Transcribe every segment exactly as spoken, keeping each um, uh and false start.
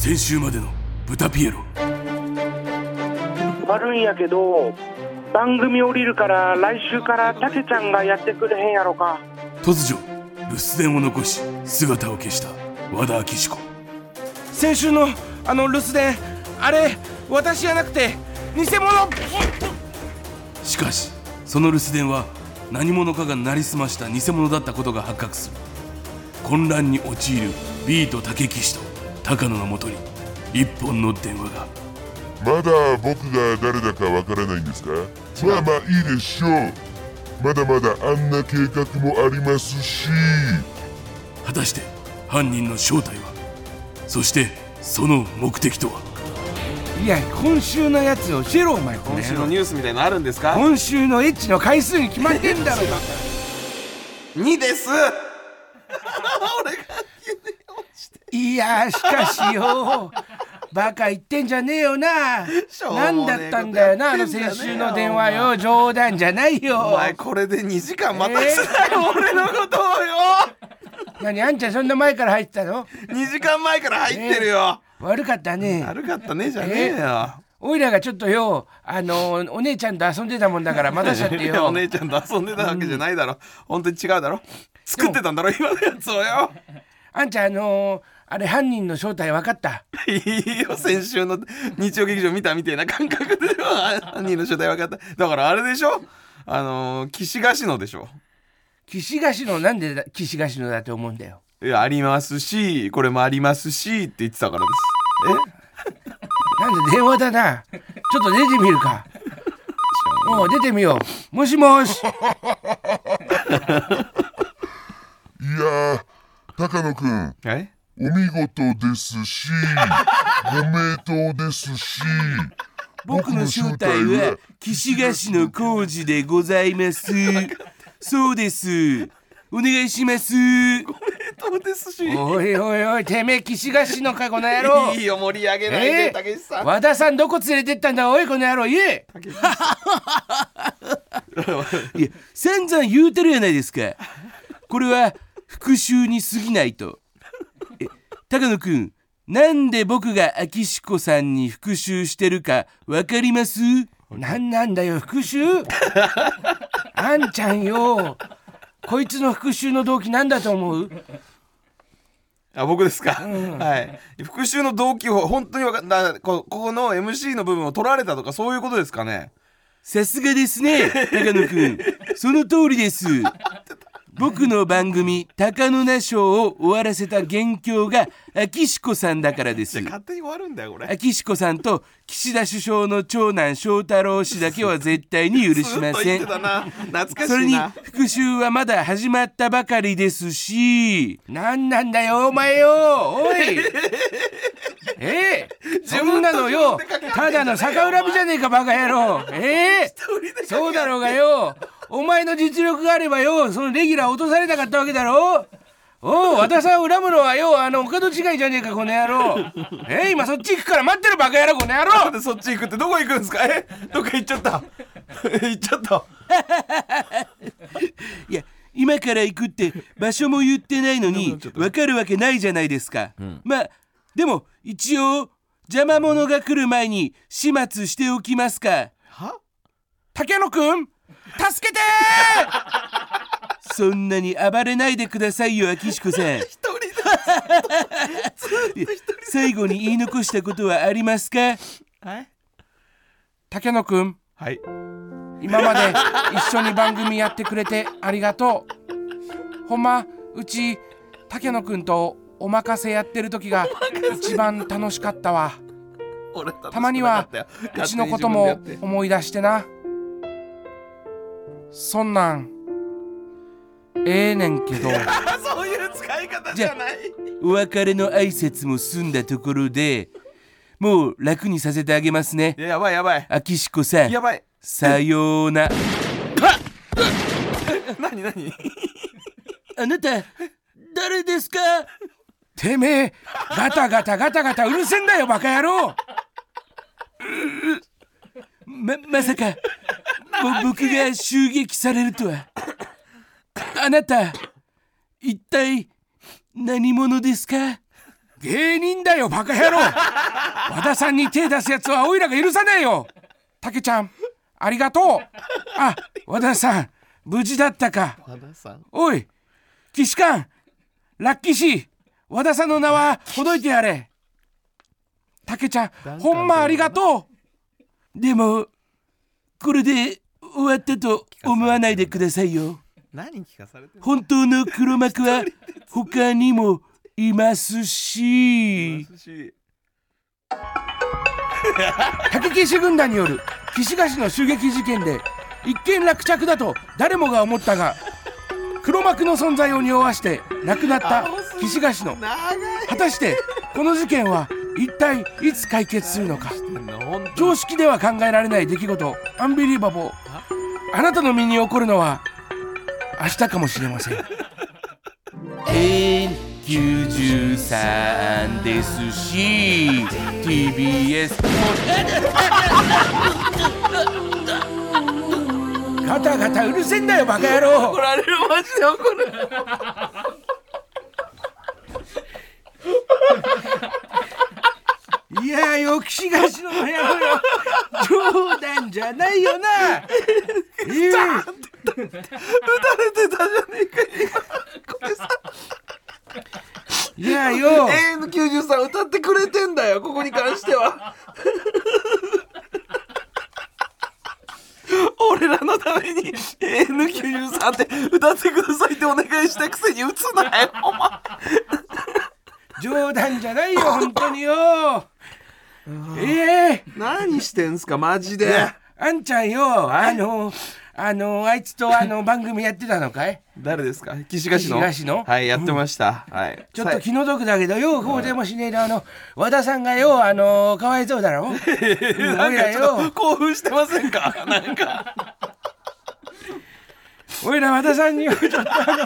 先週までの豚ピエロ。 悪いんやけど番組降りるから来週からたけちゃんがやってくれへんやろか。 突如留守電を残し姿を消した和田アキシコ。 先週のあの留守電、あれ私じゃなくて偽物。 しかしその留守電は何者かがなりすました偽物だったことが発覚する。混乱に陥るビートたけきしと高野のもとに一本の電話が。 まだ僕が誰だかわからないんですか？まあまあいいでしょう。まだまだあんな計画もありますし。 果たして犯人の正体は、そしてその目的とは。 いや、今週のやつ教えろお前。 今週のニュースみたいなのあるんですか？ 今週のエッチの回数に決まってんだろにです俺がいやしかしよバカ言ってんじゃねえよな。何だったんだよなあの先週の電話よ。冗談じゃないよ。 お前これでにじかん待たせたよ、えー、俺のことをよ。 何、あんちゃんそんな前から入ってたの？ にじかんまえから入ってるよ、 えー、悪かったね。 悪かったねじゃねえよ、えー、 おいらがちょっとよ、あのー、お姉ちゃんと遊んでたもんだから待たしちゃってよ。 お姉ちゃんと遊んでたわけじゃないだろ、うん、本当に違うだろ。作ってたんだろ今のやつをよ。 あんちゃん、あのー、あれ犯人の正体分かった？ いいよ、先週の日曜劇場見たみたいな感覚で犯人の正体分かった。だからあれでしょ、あのー、岸ヶ野でしょ。 岸ヶ野、なんで岸ヶ野だって思うんだよ。 いや、ありますしこれもありますしって言ってたからです。 えなんで電話だな。ちょっと出てみるか。もう出てみよう。もしもし。 いや高野くん、お見事ですしご名答ですし。 僕の正体は岸ヶ野浩二でございます。そうです、お願いします。 ご名答ですし。 おいおいおい、てめえ岸ヶ野かこの野郎。 いいよ、盛り上げないで、たけしさん。 和田さんどこ連れてったんだおいこの野郎、言え。 いや、散々言うてるやないですか。これは復讐に過ぎないと。え、高野くん、なんで僕がアキシコさんに復讐してるかわかります？ なんなんだよ復讐。あんちゃんよ、こいつの復讐の動機なんだと思う？ あ、僕ですか、うん、はい。復讐の動機を本当にわかんな、ここの エムシー の部分を取られたとかそういうことですかね。 さすがですね高野くん、その通りです。僕の番組高野那賞を終わらせた元凶がアキシコさんだからです。 勝手に終わるんだよこれ。 アキシコさんと岸田首相の長男翔太郎氏だけは絶対に許しません。それに復讐はまだ始まったばかりですし。 なんなんだよお前よ、おい。えー、そんなのよただの逆恨みじゃねえかバカ野郎。えー、そうだろうがよ、お前の実力があればよそのレギュラー落とされなかったわけだろ。おう、和田さんを恨むのはよあのお門違いじゃねえかこの野郎。えー、今そっち行くから待ってるバカ野郎この野郎。 なんでそっち行くってどこ行くんですか。えどっか行っちゃった行っちゃったいや、今から行くって場所も言ってないのに分かるわけないじゃないですか、うん、まあでも一応邪魔者が来る前に始末しておきますか。 は？ 竹野くん助けてーそんなに暴れないでくださいよアキシコさん。 一人で最後に言い残したことはありますか？ はい、 竹野くん、 はい、 今まで一緒に番組やってくれてありがとう。ほんまうち竹野くんとおまかせやってる時が一番楽しかったわ。たまにはうちのことも思い出してな。そんなんええねんけどそういう使い方じゃない。 お別れの挨拶も済んだところでもう楽にさせてあげますね。 や、やばいやばいアキシコさん、 やばい、 さような。 何何あなた誰ですか？ てめえガタガタガタガタうるせんだよバカ野郎。 ま, まさか僕が襲撃されるとは。あなた一体何者ですか？ 芸人だよバカ野郎。和田さんに手出すやつはおいらが許さねえよ。たけちゃんありがとう。あ、和田さん無事だったか。 和田さん、 おい騎士官ラッキーシー、和田さんの名はほどいてやれ。たけちゃんほんまありがとう。でもこれで終わったと思わないでくださいよ。 何聞かされてるの？ 本当の黒幕は他にもいますし。竹騎士軍団による岸菓子の襲撃事件で一件落着だと誰もが思ったが、黒幕の存在を匂わして亡くなった岸菓子の果たしてこの事件は一体いつ解決するのか。常識では考えられない出来事、アンビリーバボー。あなたの身に起こるのは明日かもしれません。エーきゅうじゅうさん ですし ティービーエス ガタガタうるせんだよバカ野郎。 怒られる、マジで怒る。 いやよ岸菓子の野郎よ、冗談じゃないよな。えー、 撃たれてたじゃねえか今。これさ、 いやよエーエヌきゅうじゅうさん 歌ってくれてんだよ、ここに関しては。俺らのために エーエヌきゅうじゅうさん って歌ってくださいってお願いしたくせに打つなよお前。 冗談じゃないよ本当によ。ええー、 何してんすかマジで。 あんちゃんよ、あのあのあいつとあの番組やってたのかい？ 誰ですか？岸菓子の。 岸菓子のはい、やってました、うん、はい。 ちょっと気の毒だけどよ、こうでもしねえで、あの和田さんがよ、あのかわいそうだろ。 なんかちょっと興奮してませんか？なんかおいら和田さんによちょっとあの興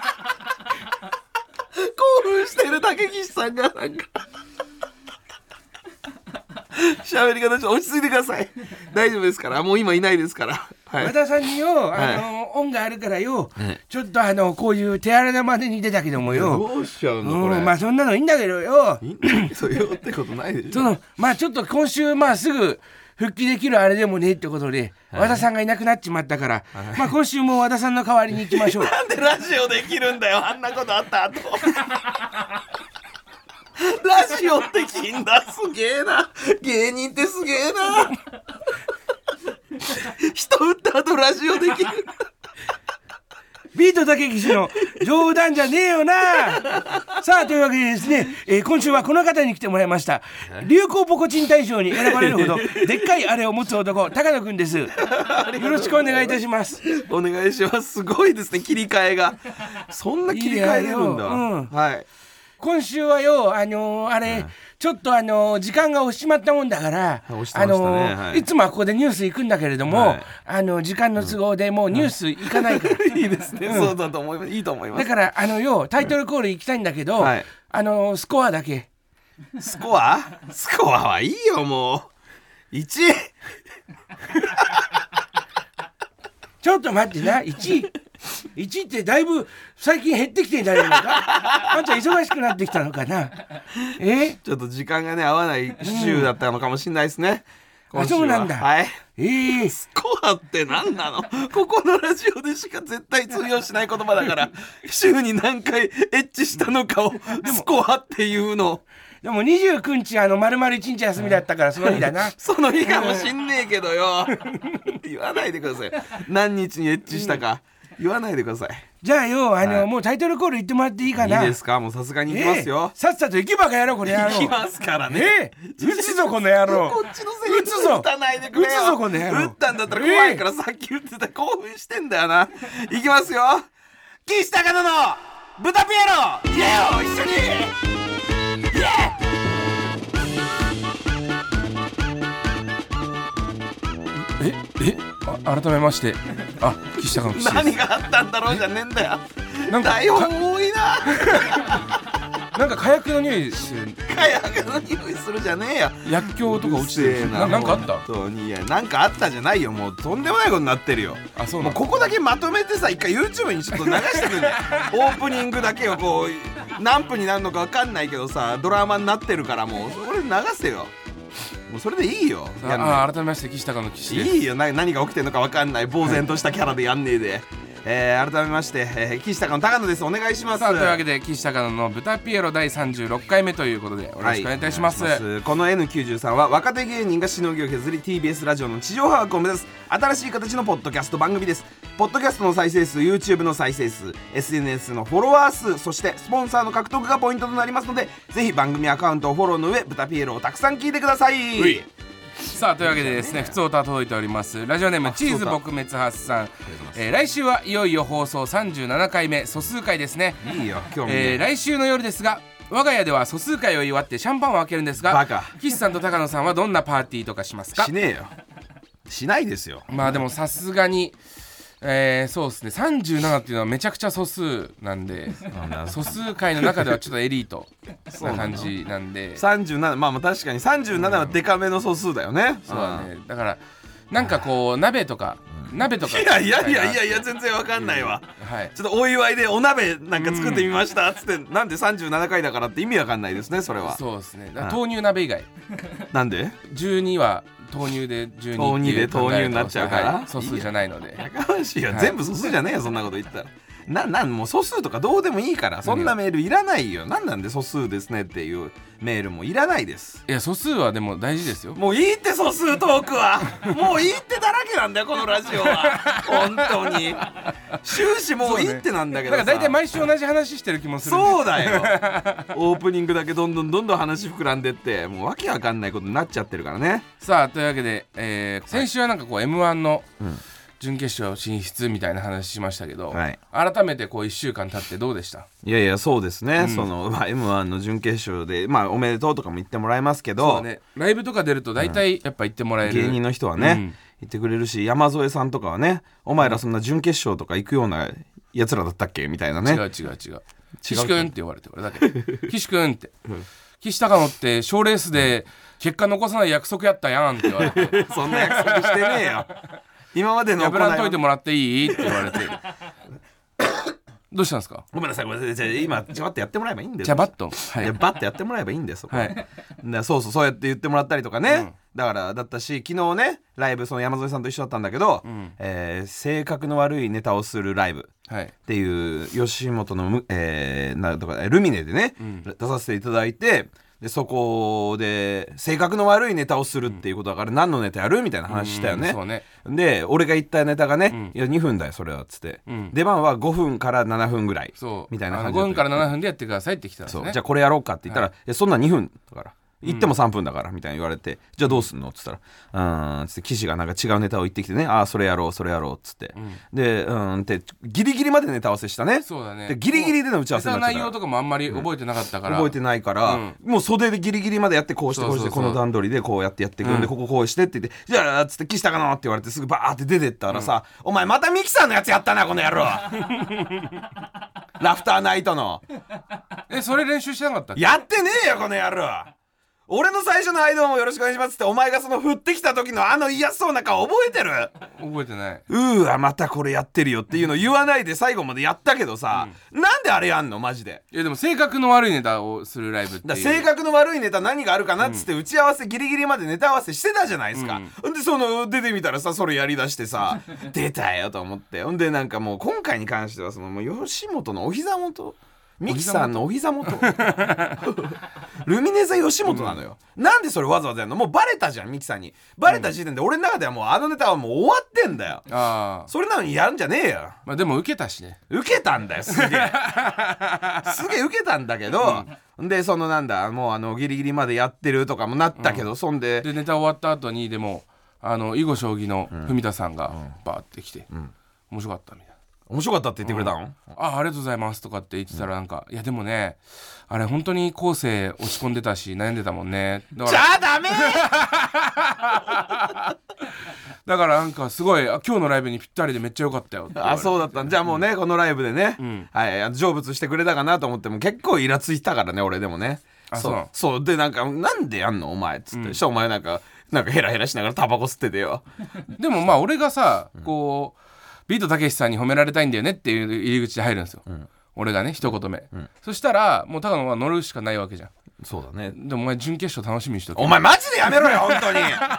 奮してる竹岸さんがなんか喋り方ちょっと落ち着いてください。大丈夫ですから、もう今いないですから、はい、 和田さんによ、あの、はい、恩があるからよ、はい、ちょっとあのこういう手荒なまでに出たけどもよ、 どうしちゃうのこれ、 うん、まあそんなのいいんだけどよ、 いいんだけどよってことないでしょ。 そのまあちょっと今週まあすぐ復帰できるあれでもねってことで、はい、和田さんがいなくなっちまったから、はい、まあ今週も和田さんの代わりに行きましょう。 なんでラジオできるんだよ、あんなことあった後。ラジオって金だ、すげえな、芸人ってすげえな。人打った後ラジオできる。 ビートたけきしの冗談じゃねえよな。さあというわけでですね、えー、今週はこの方に来てもらいました。流行ポコチン大賞に選ばれるほどでっかいあれを持つ男、高野くんです。よろしくお願いいたします。 お願いします。すごいですね、切り替えが。そんな切り替えれるんだ。うん、はい。 今週はよ、あのー、あれ、はい、ちょっとあのー、時間が押しまったもんだから、 ね、あのーはい、 いつもはここでニュース行くんだけれども、はい、あのー、時間の都合でもうニュース行かないから、 はい、いいですね、うん、そうだと思います。いいと思います。 だからあのよ、タイトルコール行きたいんだけど、はい、あのー、スコアだけ。 スコア？スコアはいいよもう。いち。 ちょっと待ってな、いちいちってだいぶ最近減ってきてんじゃないのか。あんちゃん忙しくなってきたのかな。えちょっと時間がね合わない週だったのかもしれないですね、 うん、あ、そうなんだ。 はい。 えー、 スコアって何なの？ここのラジオでしか絶対通用しない言葉だから、週に何回エッチしたのかをスコアっていうの。 でもにじゅうくにちあの丸々いちにち休みだったからその日だな。 その日かもしんねえけどよ。言わないでください。何日にエッチしたか、うん、言わないでください。 じゃあよ、あの、はい、もうタイトルコール言ってもらっていいかな。 いいですか？もうさすがに行きますよ、 えー、さっさと行けばかやろこれ野郎。 行きますからね。 えー、撃つぞこの野郎。 こっちのせいに撃たないでくれよ。 撃つぞこの野郎。 撃ったんだったら怖いから、さっき撃ってた興奮してんだよな。行きますよ。岸高野の豚ピエロ、イエーよ一緒にイエー。 ええあ改めまして、あ、岸高野岸です。 何があったんだろうじゃねえんだよ。なんか台本多いな。 なんか火薬の匂いする。 火薬の匂いするじゃねえよ。 薬莢とか落ちてる。ななんかあった？ 本当にいやなんかあったじゃないよ。もうとんでもないことになってるよ。 あ、そうなの。 もうここだけまとめてさ一回 YouTube にちょっと流してくんねオープニングだけをこう何分になるのか分かんないけどさドラマになってるからもうそれ流せよ。もうそれでいいよ。 やんない。あ、改めまして岸高の岸です。 いいよな何が起きてるのか分かんない呆然としたキャラでやんねえで、えー、改めまして、えー、岸高の高野です。お願いします。 さあというわけで岸高野の豚ピエロだいさんじゅうろっかいめということでよろしくお願いいたします、 はい、ますこの エヌきゅうじゅうさん は若手芸人がしのぎを削り ティービーエス ラジオの地上波枠を目指す新しい形のポッドキャスト番組です。ポッドキャストの再生数 YouTube の再生数 エスエヌエス のフォロワー数そしてスポンサーの獲得がポイントとなりますのでぜひ番組アカウントをフォローの上豚ピエロをたくさん聞いてください。 ういさあというわけでですね、ふつおた届いております。ラジオネームチーズ撲滅発さん、えー、来週はいよいよ放送さんじゅうななかいめ素数回ですね。 いいよ今日も、ねえー、来週の夜ですが我が家では素数回を祝ってシャンパンを開けるんですがバカ岸さんと高野さんはどんなパーティーとかしますか？ しねえよ。しないですよ。 まあでもさすがにえー、そうですねさんじゅうななっていうのはめちゃくちゃ素数なんで素数回の中ではちょっとエリートな感じなんでさんじゅうななまあまあ確かにさんじゅうななはデカめの素数だよね。 そうだね。だからなんかこう鍋とか鍋とかいやいやいやいやいや全然わかんないわ、 はい、 ちょっとお祝いでお鍋なんか作ってみましたっつって、うん、なんでさんじゅうななかいだからって意味わかんないですねそれは。 そうですね。だから豆乳鍋以外なんでじゅうには豆乳でじゅうに豆乳で豆乳になっちゃうから、 はい、素数じゃないのでやかましいよ、はい、全部素数じゃねえよそんなこと言ったらななんもう素数とかどうでもいいからそんなメールいらないよ。なんなんで素数ですねっていうメールもいらないです。 いや素数はでも大事ですよ。 もういいって素数トークはもういいってだらけなんだよこのラジオは本当に終始もういいってなんだけどさ、 だから大体毎週同じ話してる気もする。 そうだよオープニングだけどんどんどんどん話膨らんでってもうわけわかんないことになっちゃってるからね。 さあというわけで、えー、先週はなんかこう エムワン の、 うん準決勝進出みたいな話しましたけど、 はい、 改めてこういっしゅうかん経ってどうでした？ いやいやそうですね、 うんその、まあ、エムワン の準決勝で、まあ、おめでとうとかも言ってもらえますけど、 そうね、ライブとか出ると大体やっぱ言ってもらえる、 芸人の人はね、うん、言ってくれるし山添さんとかはねお前らそんな準決勝とか行くようなやつらだったっけみたいなね。 違う違う違う岸くんって言われて俺だけ岸くんって、うん、岸高野って賞レースで結果残さない約束やったやんって言われてそんな約束してねえよ今までの破らんといてもらっていいって言われてどうしたんですか？ ごめんなさいごめんなさい今ちょっとやってもらえばいいんだよ。 じゃあバット、 はい、いやバッとやってもらえばいいんだよそこ、 はい、 だそうそうそうやって言ってもらったりとかね、うん、だからだったし昨日ねライブその山添さんと一緒だったんだけど、うんえー、性格の悪いネタをするライブっていう吉本の、えー、なんとかルミネでね、うん、出させていただいてでそこで性格の悪いネタをするっていうことだから何のネタやるみたいな話したよね、うんそうねで俺が言ったネタがね、うん、いやにふんだよそれはっつって、うん、出番はごふんからななふんぐらいみたいな感じでごふんからななふんでやってくださいって来たんですね。 そうじゃあこれやろうかって言ったら、はい、いやそんなにふんだから行ってもさんぷんだからみたいに言われて、うん、じゃあどうすんのっつったらうーんつって岸がなんか違うネタを言ってきてねああそれやろうそれやろうっつって、うん、でうんってギリギリまでネタ合わせしたね。 そうだねでギリギリでの打ち合わせになっちゃったネタの内容とかもあんまり覚えてなかったから、 うん、覚えてないから、うん、もう袖でギリギリまでやってこうしてこうしてこの段取りでこうやってやっていくんで、うん、こここうしてって言ってじゃあつって岸高野って言われてすぐバーって出てったらさ、うん、お前またミキさんのやつやったなこの野郎ラフターナイトのえそれ練習してなかったっけ？ やってねえよこの野郎俺の最初のはいどうもよろしくお願いしますってお前がその振ってきた時のあの嫌そうな顔覚えてる？ 覚えてない。 うーわまたこれやってるよっていうの言わないで最後までやったけどさ、うん、なんであれやんのマジで。 いやでも性格の悪いネタをするライブっていうだ性格の悪いネタ何があるかなっつって打ち合わせギリギリまでネタ合わせしてたじゃないですか、うん、でその出てみたらさそれやりだしてさ出たよと思ってほんでなんかもう今回に関してはそのもう吉本のお膝元ミキさんのお膝元ルミネ座吉本なのよ、うん、なんでそれわざわざやるの？もうバレたじゃんミキさんにバレた時点で俺の中ではもうあのネタはもう終わってんだよ。あそれなのにやるんじゃねえよ。 まあでも受けたしね。 受けたんだよすげえすげえ受けたんだけど、うん、でそのなんだもうあのギリギリまでやってるとかもなったけど、うん、そんででネタ終わった後にでもあの囲碁将棋の文田さんがバーって来て、うん、面白かったみたいな面白かったって言ってくれたの、うん、 あ, ありがとうございますとかって言ってたらなんか、うん、いやでもねあれ本当に後世落ち込んでたし悩んでたもんねだからじゃあダメだからなんかすごい今日のライブにぴったりでめっちゃ良かったよって言われて。 あ、そうだったんじゃあもうね、このライブでね、うん、はい、成仏してくれたかなと思っても結構イラついたからね俺でもね。 あ、 そうそうそうで、なんかなんでやんのお前っつって、うん、したらお前なんかなんかヘラヘラしながらタバコ吸っててよでもまあ俺がさこうビートたけしさんに褒められたいんだよねっていう入り口で入るんですよ、うん、俺がね一言目、うん、そしたらもう高野は乗るしかないわけじゃん。 そうだね。 でもお前準決勝楽しみにしとけ。 お前マジでやめろよ本当に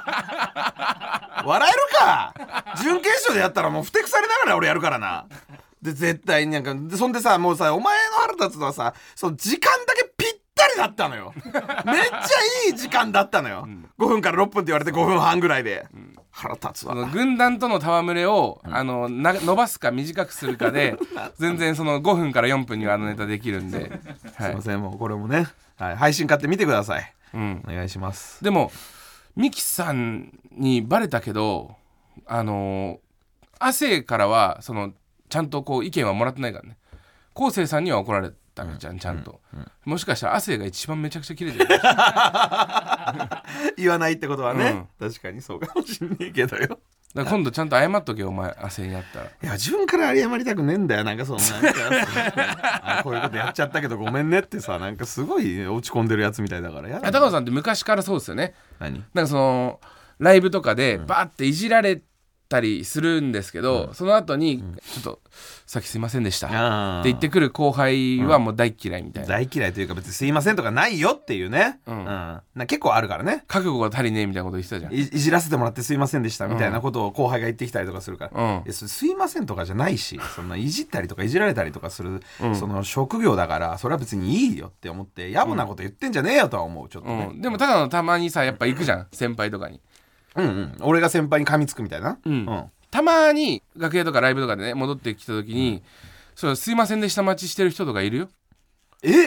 笑えるか。準決勝でやったらもうふてくされながら俺やるからな。で絶対になんかでそんでさ、もうさお前の腹立つのはさ、その時間だけぴったりだったのよめっちゃいい時間だったのよ、うん、ごふんからろっぷんって言われてごふんはんぐらいで、うん、腹立つわ。 軍団との戯れを、うん、あのな伸ばすか短くするかで全然そのごふんからよんぷんにはあのネタできるんで、 はい、すいません、もうこれもね、はい、配信買って見てください、うん、お願いします。 でもミキさんにバレたけど、あの亜生からはそのちゃんとこう意見はもらってないからね。昴生さんには怒られたじゃん、うん、ちゃんと、うんうん、もしかしたら亜生が一番めちゃくちゃキレてる言わないってことはね、うん、確かにそうかもしんねえけどよ。だから今度ちゃんと謝っとけよお前亜生にやったら。いや自分から謝りたくねえんだよ。なんかそんなあこういうことやっちゃったけどごめんねってさ、なんかすごい落ち込んでるやつみたいだからやだ。 高野さんって昔からそうですよね。 何なんかそのライブとかでバーっていじられたりするんですけど、うん、その後に、うん、ちょっとさっきすいませんでしたって言ってくる後輩はもう大嫌いみたいな、 うん、大嫌いというか別にすいませんとかないよっていうね、うんうん、な結構あるからね。 覚悟が足りねえみたいなこと言ってたじゃん。 い, いじらせてもらってすいませんでしたみたいなことを後輩が言ってきたりとかするから、うん、いやそれすいませんとかじゃないし、そんないじったりとかいじられたりとかする、うん、その職業だからそれは別にいいよって思って野暮なこと言ってんじゃねえよとは思うちょっとね、 うん、でもただのたまにさやっぱ行くじゃん先輩とかに、 うんうん、俺が先輩に噛みつくみたいな、うんうん、たまに楽屋とかライブとかでね戻ってきた時に、うん、そうすいませんでした待ちしてる人とかいるよ。 え、うん、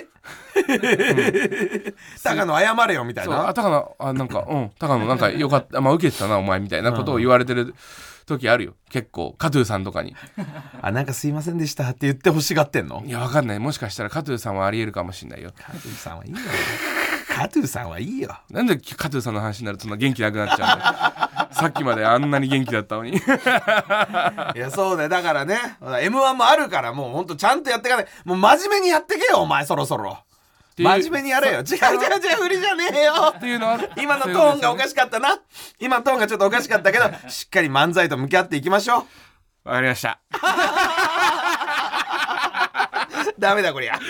高野謝れよみたいな。 そうあ高野あなんかうん高野なんかよかったまあ受けてたなお前みたいなことを言われてる時あるよ結構。カトゥーさんとかにあなんかすいませんでしたって言って欲しがってんの。 いやわかんない、もしかしたらカトゥーさんはありえるかもしんないよ。 カトゥーさんはいいよカトゥーさんはいいよ。 なんでカトゥーさんの話になるとそんな元気なくなっちゃうんださっきまであんなに元気だったのにいやそうね、だからね エムワン もあるからもうほんとちゃんとやっていかない。もう真面目にやってけよお前そろそろ真面目にやれよ。違う違う違う無理じゃねえよっていうの今のトーンがおかしかったな。今のトーンがちょっとおかしかったけどしっかり漫才と向き合っていきましょう。 わかりましたダメだこりゃ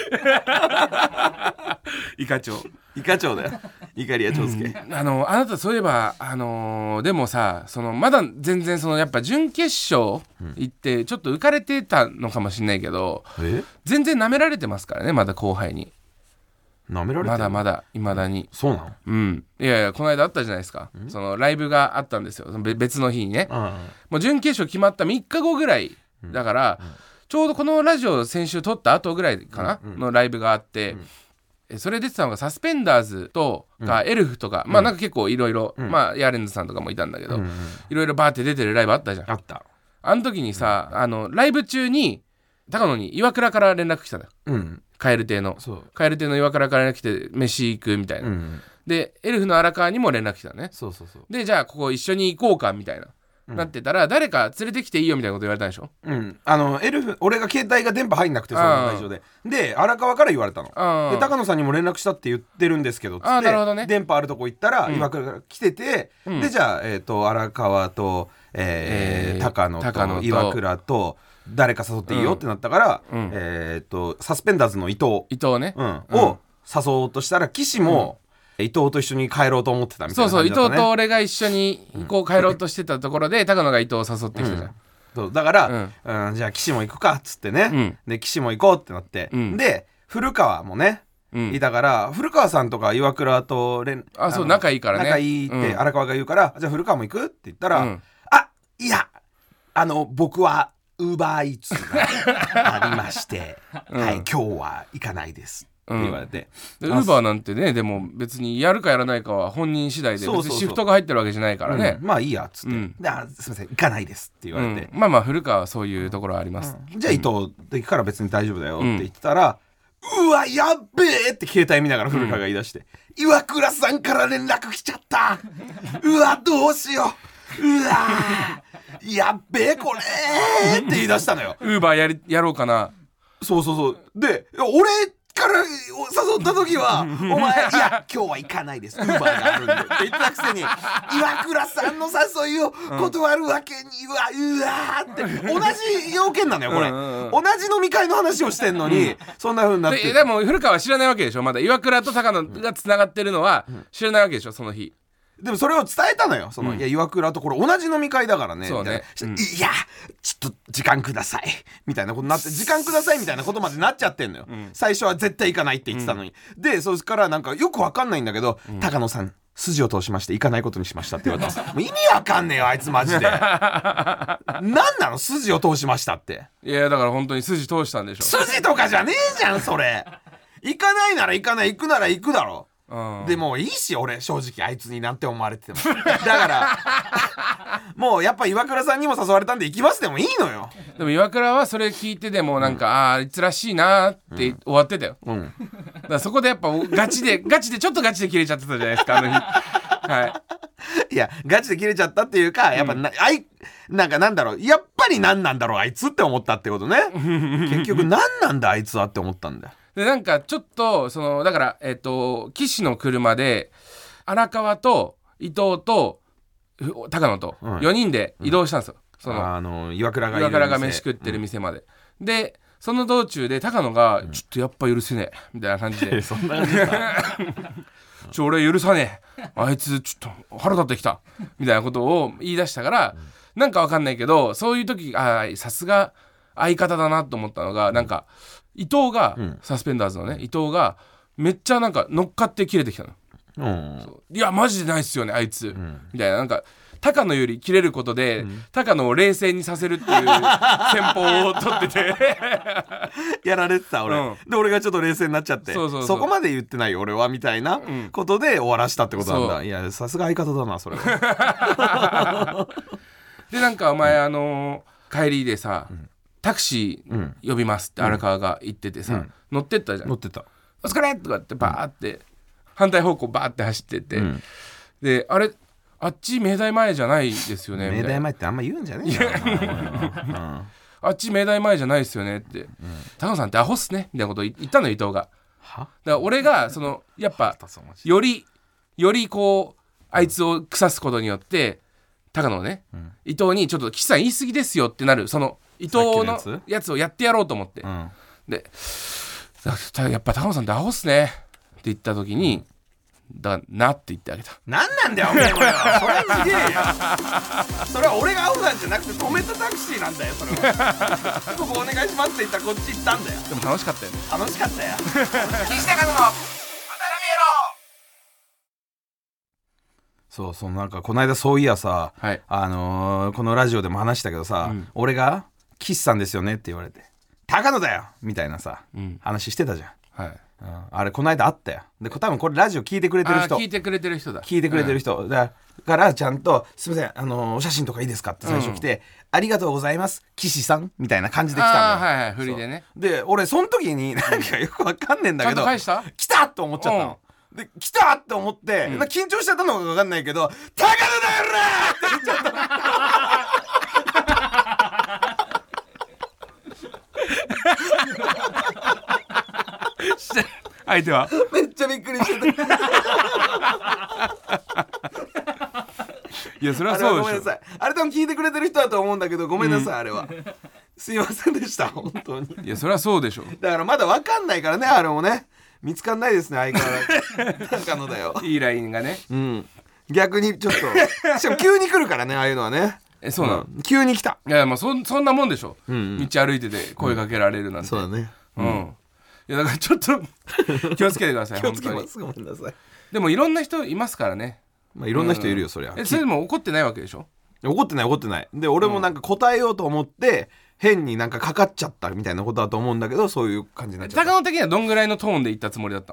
イカ長イカ長だよイカリア長介、 うん、あのあなたそういえばあのー、でもさそのまだ全然そのやっぱ準決勝行ってちょっと浮かれてたのかもしれないけど、うん、全然舐められてますからねまだ後輩に。 舐められてるまだまだいまだに。 そうなの。 うんいやいやこの間あったじゃないですか、そのライブがあったんですよ別の日にね、うん、もう準決勝決まったみっかごぐらいだから、うんうん、ちょうどこのラジオ先週撮った後ぐらいかな、うんうん、のライブがあって、うん、それ出てたのがサスペンダーズとかエルフとか、うん、まあなんか結構いろいろまあヤーレンズさんとかもいたんだけどいろいろバーって出てるライブあったじゃん。 あったあの時にさ、うん、あのライブ中に高野に岩倉から連絡来たんだよ、うん、蛙亭の蛙亭の岩倉から連絡来て飯行くみたいな、うん、でエルフの荒川にも連絡来たね。 そうそうそうでじゃあここ一緒に行こうかみたいな、うん、なってたら誰か連れてきていいよみたいなこと言われたんでしょ。 うんあのエルフ俺が携帯が電波入んなくてその会場でで荒川から言われたので高野さんにも連絡したって言ってるんですけどつってあなるほど、ね、 電波あるとこ行ったら、うん、岩倉が来てて、うん、でじゃあ、えー、と荒川と、えーえー、高野と高野と岩倉と誰か誘っていいよってなったから、うんえー、とサスペンダーズの伊藤伊藤ね、 うんうん、を誘おうとしたら岸も、うん、伊藤と一緒に帰ろうと思ってたみたいな感じだったね。そうそう伊藤と俺が一緒にこう帰ろうとしてたところで、うん、高野が伊藤を誘ってきたじゃん、うん、 そうだから、うんうん、じゃあ岸も行くかっつってね、うん、で岸も行こうってなって、うん、で古川もねうん、いたから古川さんとか岩倉と連あそう仲いいからね仲いいって荒川が言うから、うん、じゃあ古川も行くって言ったら、うん、あいやあの僕はウーバーイーツがありまして、うん、はい今日は行かないですって言われて、 ウーバーなんてねでも別にやるかやらないかは本人次第で別にシフトが入ってるわけじゃないからね、 うん、まあいいやっつって、うん、であすいません行かないですって言われて、 うん、まあまあ古川はそういうところはあります、 うん、じゃあ伊藤で行くから別に大丈夫だよって言ってたら、 うわやっべえって携帯見ながら古川が言い出して、うん、岩倉さんから連絡来ちゃったうわどうしよううわやっべえこれって言い出したのよ。 ウーバーやりやろうかな。 そうそうそうで俺から誘った時はお前いや今日は行かないですウーバーがあるんでって言ったくせに岩倉さんの誘いを断るわけには、うん、うわーって同じ要件なのよこれ、うんうんうん、同じ飲み会の話をしてんのに、うん、そんな風になってででも古川は知らないわけでしょ。まだ岩倉と高野がつながってるのは知らないわけでしょその日。 でもそれを伝えたのよその、うん、いや岩倉とこれ同じ飲み会だからねそうね、 みたいな、うん、いやちょっと時間くださいみたいなことになって時間くださいみたいなことまでなっちゃってんのよ、うん、最初は絶対行かないって言ってたのに、うん、でそれからなんかよくわかんないんだけど、うん、高野さん筋を通しまして行かないことにしましたって言われたもう意味わかんねえよあいつマジでなんなの筋を通しましたって。 いやだから本当に筋通したんでしょ。 筋とかじゃねえじゃんそれ行かないなら行かない、行くなら行くだろ。うん、でもいいし俺正直あいつになんて思われててもだからもうやっぱ岩倉さんにも誘われたんで行きますでもいいのよ。 でも岩倉はそれ聞いてでもなんか、うん、ああいつらしいなって終わってたよ、うん、だからそこでやっぱガチでガチでちょっとガチで切れちゃってたじゃないですかあの日はい。 いやガチで切れちゃったっていうかやっぱな、うん、あいなんかなんだろうやっぱり何なんだろうあいつって思ったってことね結局何なんだあいつはって思ったんだよ。 でなんかちょっとそのだからえっと岸の車で荒川と伊藤と高野とよにんで移動したんですよ、うん、そのあの岩倉がいる岩倉が飯食ってる店まで、うん、でその道中で高野が、うん、ちょっとやっぱ許せねえみたいな感じでそんな感じだちょ俺許さねえあいつちょっと腹立ってきたみたいなことを言い出したから、うん、なんかわかんないけどそういう時あさすが相方だなと思ったのが、うん、なんか伊藤が、うん、サスペンダーズのね伊藤がめっちゃなんか乗っかって切れてきたの、うん、いやマジでないっすよねあいつ、うん、みたいななんか高野より切れることで、うん、高野を冷静にさせるっていう戦法を取っててやられてた俺、うん、で俺がちょっと冷静になっちゃってそうそうそうそこまで言ってないよ俺はみたいなことで終わらしたってことなんだ、うん、いやさすが相方だなそれはでなんかお前あのー、帰りでさ、うんタクシー呼びますって荒川が言っててさ、うん、乗ってったじゃん。 乗ってたお疲れとかってバーって、うん、反対方向バーって走ってって、うん、であれあっち明大前じゃないですよね明大前ってあんま言うんじゃねえよ、うん、 あっち明大前じゃないですよねって、うん、高野さんってアホっすねみたいなこと言ったの伊藤が。はだから俺がそのやっぱよりよりこうあいつを腐すことによって高野ね、うん、伊藤にちょっと岸さん言い過ぎですよってなるその伊藤のやつをやってやろうと思って、うん、でやっぱ高野さんってアホっすねって言った時にだなって言ってあげた。 なんなんだよお前これはそれはすげえよそれは俺がアホなんじゃなくて止めたタクシーなんだよそれはここお願いしますって言ったらこっち行ったんだよ。 でも楽しかったよね。 楽しかったよ岸高野の渡辺野郎そうそうなんかこの間そういやさ、はい、あのー、このラジオでも話したけどさ、うん、俺が岸さんですよねって言われて高野だよみたいなさ、うん、話してたじゃん、はいうん、あれこの間あったよ。で多分これラジオ聞いてくれてる人聞いてくれてる人だ聞いてくれてる人、うん、だからちゃんとすいませんあのー、お写真とかいいですかって最初来て、うん、ありがとうございます岸さんみたいな感じで来たんだよ。 はいはい振りでね。 で俺その時になんかよくわかんねえんだけど、 ちゃんと返した？ 来たと思っちゃったの、うんで来たって思って、うん、緊張しちゃったのか分かんないけど「高野だよら!」って言っちゃった相手はめっちゃびっくりしてたいやそれはそうでしょ。 あれはごめんなさいあれ多分聞いてくれてる人だと思うんだけどごめんなさい、うん、あれはすいませんでした本当に。 いやそれはそうでしょ。 だからまだ分かんないからねあれもね見つかんないですね相変わらず高野だよいいラインがね、 うん、逆にちょっとしかも急に来るからねああいうのはね。 えそうなの、 うん、急に来た。 いやまあ そ, そんなもんでしょ、うんうん、道歩いてて声かけられるなんて、 うん、そうだね、 うんうん、いやだからちょっと気をつけてください気をつけますごめんなさい。 でもいろんな人いますからね。 まあいろんな人いるよ、うん、そりゃ。 えそれでも怒ってないわけでしょ。 怒ってない怒ってない。で俺もなんか答えようと思って、うん変になんかかかっちゃったみたいなことだと思うんだけどそういう感じになっちゃった。 高野的にはどんぐらいのトーンで言ったつもりだったの？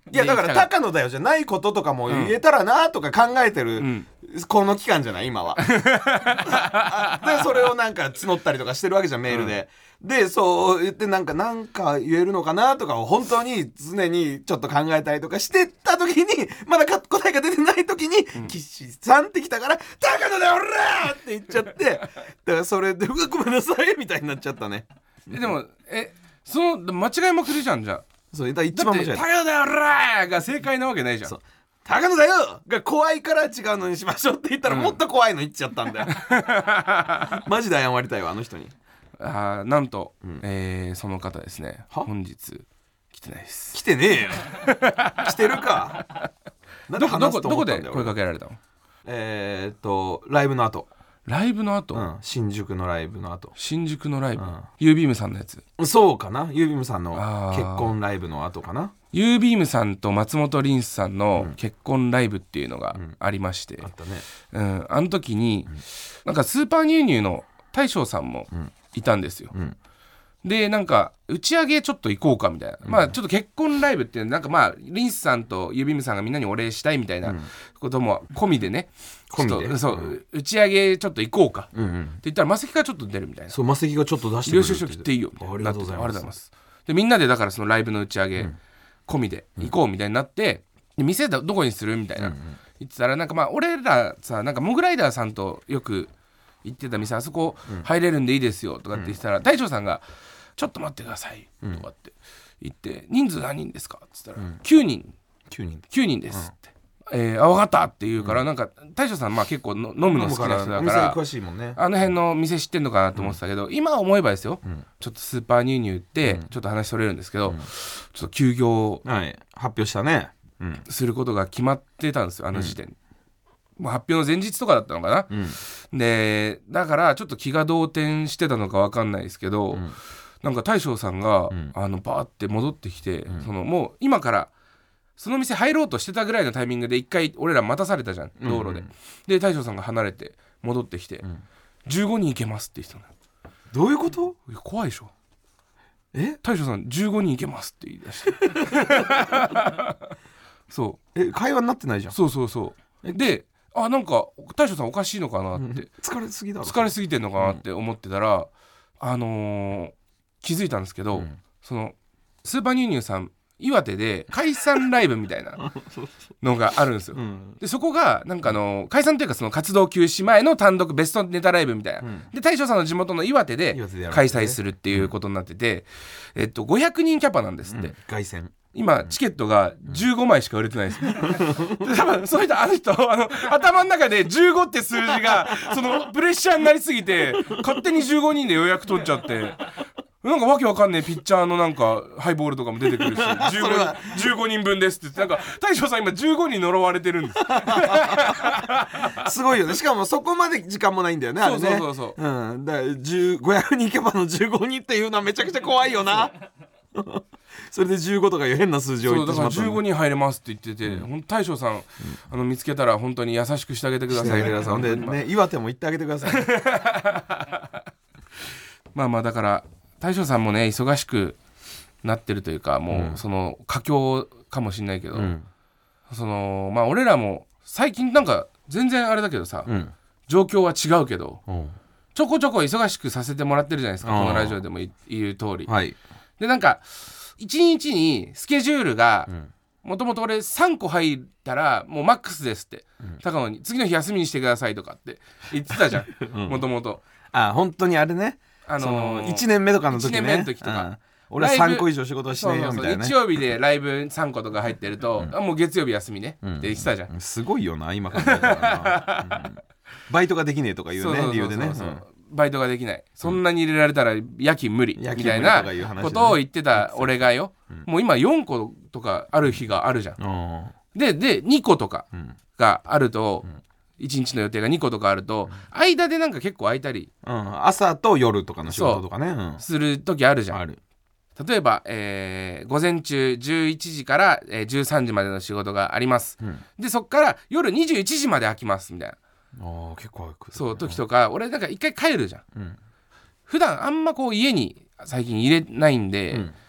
いやだから高野だよじゃないこととかも言えたらなとか考えてる、うん、この期間じゃない今はでそれをなんか募ったりとかしてるわけじゃんメールで、うん、でそう言ってなんかなんか言えるのかなとかを本当に常にちょっと考えたりとかしてた時にまだ答えが出てない時に、うん、岸さんってきたから高野だよ俺らって言っちゃってだからそれでうわごめんなさいみたいになっちゃったね。 えでもえその間違いまくりじゃんじゃあ。 そうだ一番間違いだって高野だよ俺らが正解なわけないじゃん。そう高野だよが怖いから違うのにしましょうって言ったらもっと怖いの言っちゃったんだよ、うん、マジで謝りたいわあの人に。 あなんと、うんえー、その方ですね本日来てないです。 来てねえよ来てるかど, ど, こどこで声かけられたの？ えー、っとライブの後ライブの後、 うん、新宿のライブの後新宿のライブ、うん、ユービームさんのやつそうかなユービームさんの結婚ライブの後かな。 ユービームさんと松本凛さんの結婚ライブっていうのがありまして、うん、 あったね、 うん、あの時に、うん、なんかスーパーニューニューの大将さんもいたんですよ、うん、でなんか打ち上げちょっと行こうかみたいな、うん、まあちょっと結婚ライブってなんかまあ凛さんとユービームさんがみんなにお礼したいみたいなことも込みでね、うん、ちょっとそう、うん、打ち上げちょっと行こうか、うんうん、って言ったらマセキがちょっと出るみたいな。 そうマセキがちょっと出してくれるって領収書切っていいよみたいな。ありがとうございます。ありがとうございます。でみんなでだからそのライブの打ち上げ、うん込みで行こうみたいになって、うん、店どこにするみたいな、うんうん、言ってたらなんかまあ俺らさなんかモグライダーさんとよく行ってた店あそこ入れるんでいいですよとかって言ってたら、うん、大将さんがちょっと待ってくださいとかって言って、うん、人数何人ですかって言ったら、うん、きゅうにんきゅうにんきゅうにんですって、うんえー、あ分かったって言うから、うん、なんか大将さんまあ結構の飲むの好きな人だから詳しいもんね、 あの辺の店知ってんのかなと思ってたけど、うん、今思えばですよ、うん、ちょっとスーパーニューニューってちょっと話それるんですけど、うん、ちょっと休業、 はい、発表したね、 うん、することが決まってたんですよあの時点、うん、もう発表の前日とかだったのかな、うん、でだからちょっと気が動転してたのか分かんないですけど、うん、なんか大将さんが、うん、あのバーって戻ってきて、うん、そのもう今からその店入ろうとしてたぐらいのタイミングで一回俺ら待たされたじゃん道路で、うんうん、で大将さんが離れて戻ってきて、うん、じゅうごにん行けますって言ってたのよ。 どういうこと？ いや怖いでしょ。 え大将さんじゅうごにん行けますって言い出してそうえ会話になってないじゃん。 そうそうそうであなんか大将さんおかしいのかなって、うん、 疲れすぎだろ疲れすぎてんのかなって思ってたら、うん、あのー、気づいたんですけど、うん、そのスーパーニューニューさん岩手で解散ライブみたいなのがあるんですよ、うん、でそこがなんかあの解散というかその活動休止前の単独ベストネタライブみたいな、うん、で大将さんの地元の岩手で開催するっていうことになってて、うん、えっとごひゃくにんキャパなんですって、うん、 凱旋今チケットがじゅうごまいしか売れてないです、うん、で多分そういったあの人あの頭の中でじゅうごって数字がそのプレッシャーになりすぎて勝手にじゅうごにんで予約取っちゃってなんかわけわかんねえピッチャーのなんかハイボールとかも出てくるしじゅうごにんじゅうごにんぶんですって言ってなんか大将さん今じゅうごにん呪われてるんですすごいよね。しかもそこまで時間もないんだよねあれね。 そうそうそうそう、 うん、だからごひゃくにんキャパのじゅうごにんっていうのはめちゃくちゃ怖いよなそれでじゅうごとかいう変な数字を言ってしまった。 そうだからじゅうごにん入れますって言ってて、うん、大将さん、うん、あの見つけたら本当に優しくしてあげてください。 ほんでね岩手も行ってあげてくださいまあまあだから大将さんもね忙しくなってるというかもうその佳境かもしんないけど、うん、そのまあ俺らも最近なんか全然あれだけどさ、うん、状況は違うけど、うん、ちょこちょこ忙しくさせてもらってるじゃないですかこのラジオでも言う通り、はい、でなんかいちにちにスケジュールがもともと俺さんこ入ったらもうマックスですって、うん、高野に次の日休みにしてくださいとかって言ってたじゃんもともと。 あ本当にあれねあのー、いちねんめとかの時ねいちねんめの時とか、うん、俺はさんこ以上仕事しないよみたいなね。 日曜日でライブさんことか入ってると、うん、あもう月曜日休みね、うん、って言ってたじゃん。 すごいよな今考えたらな、うん、バイトができねえとかいうね理由でね、うん、 バイトができないそんなに入れられたら夜勤無理みたいなことを言ってた俺がよ、うん、もう今よんことかある日があるじゃん、うん、ででにことかがあると、うんいちにちの予定がにことかあると、うん、間でなんか結構空いたり、 うん、朝と夜とかの仕事とかね、うん、 する時あるじゃん。 ある。 例えば、えー、午前中じゅういちじから、えー、じゅうさんじまでの仕事があります、うん、でそっから夜にじゅういちじまで空きますみたいなあ結構空く、ね、 そう時とか俺なんか一回帰るじゃん、うん、普段あんまこう家に最近入れないんで、うん、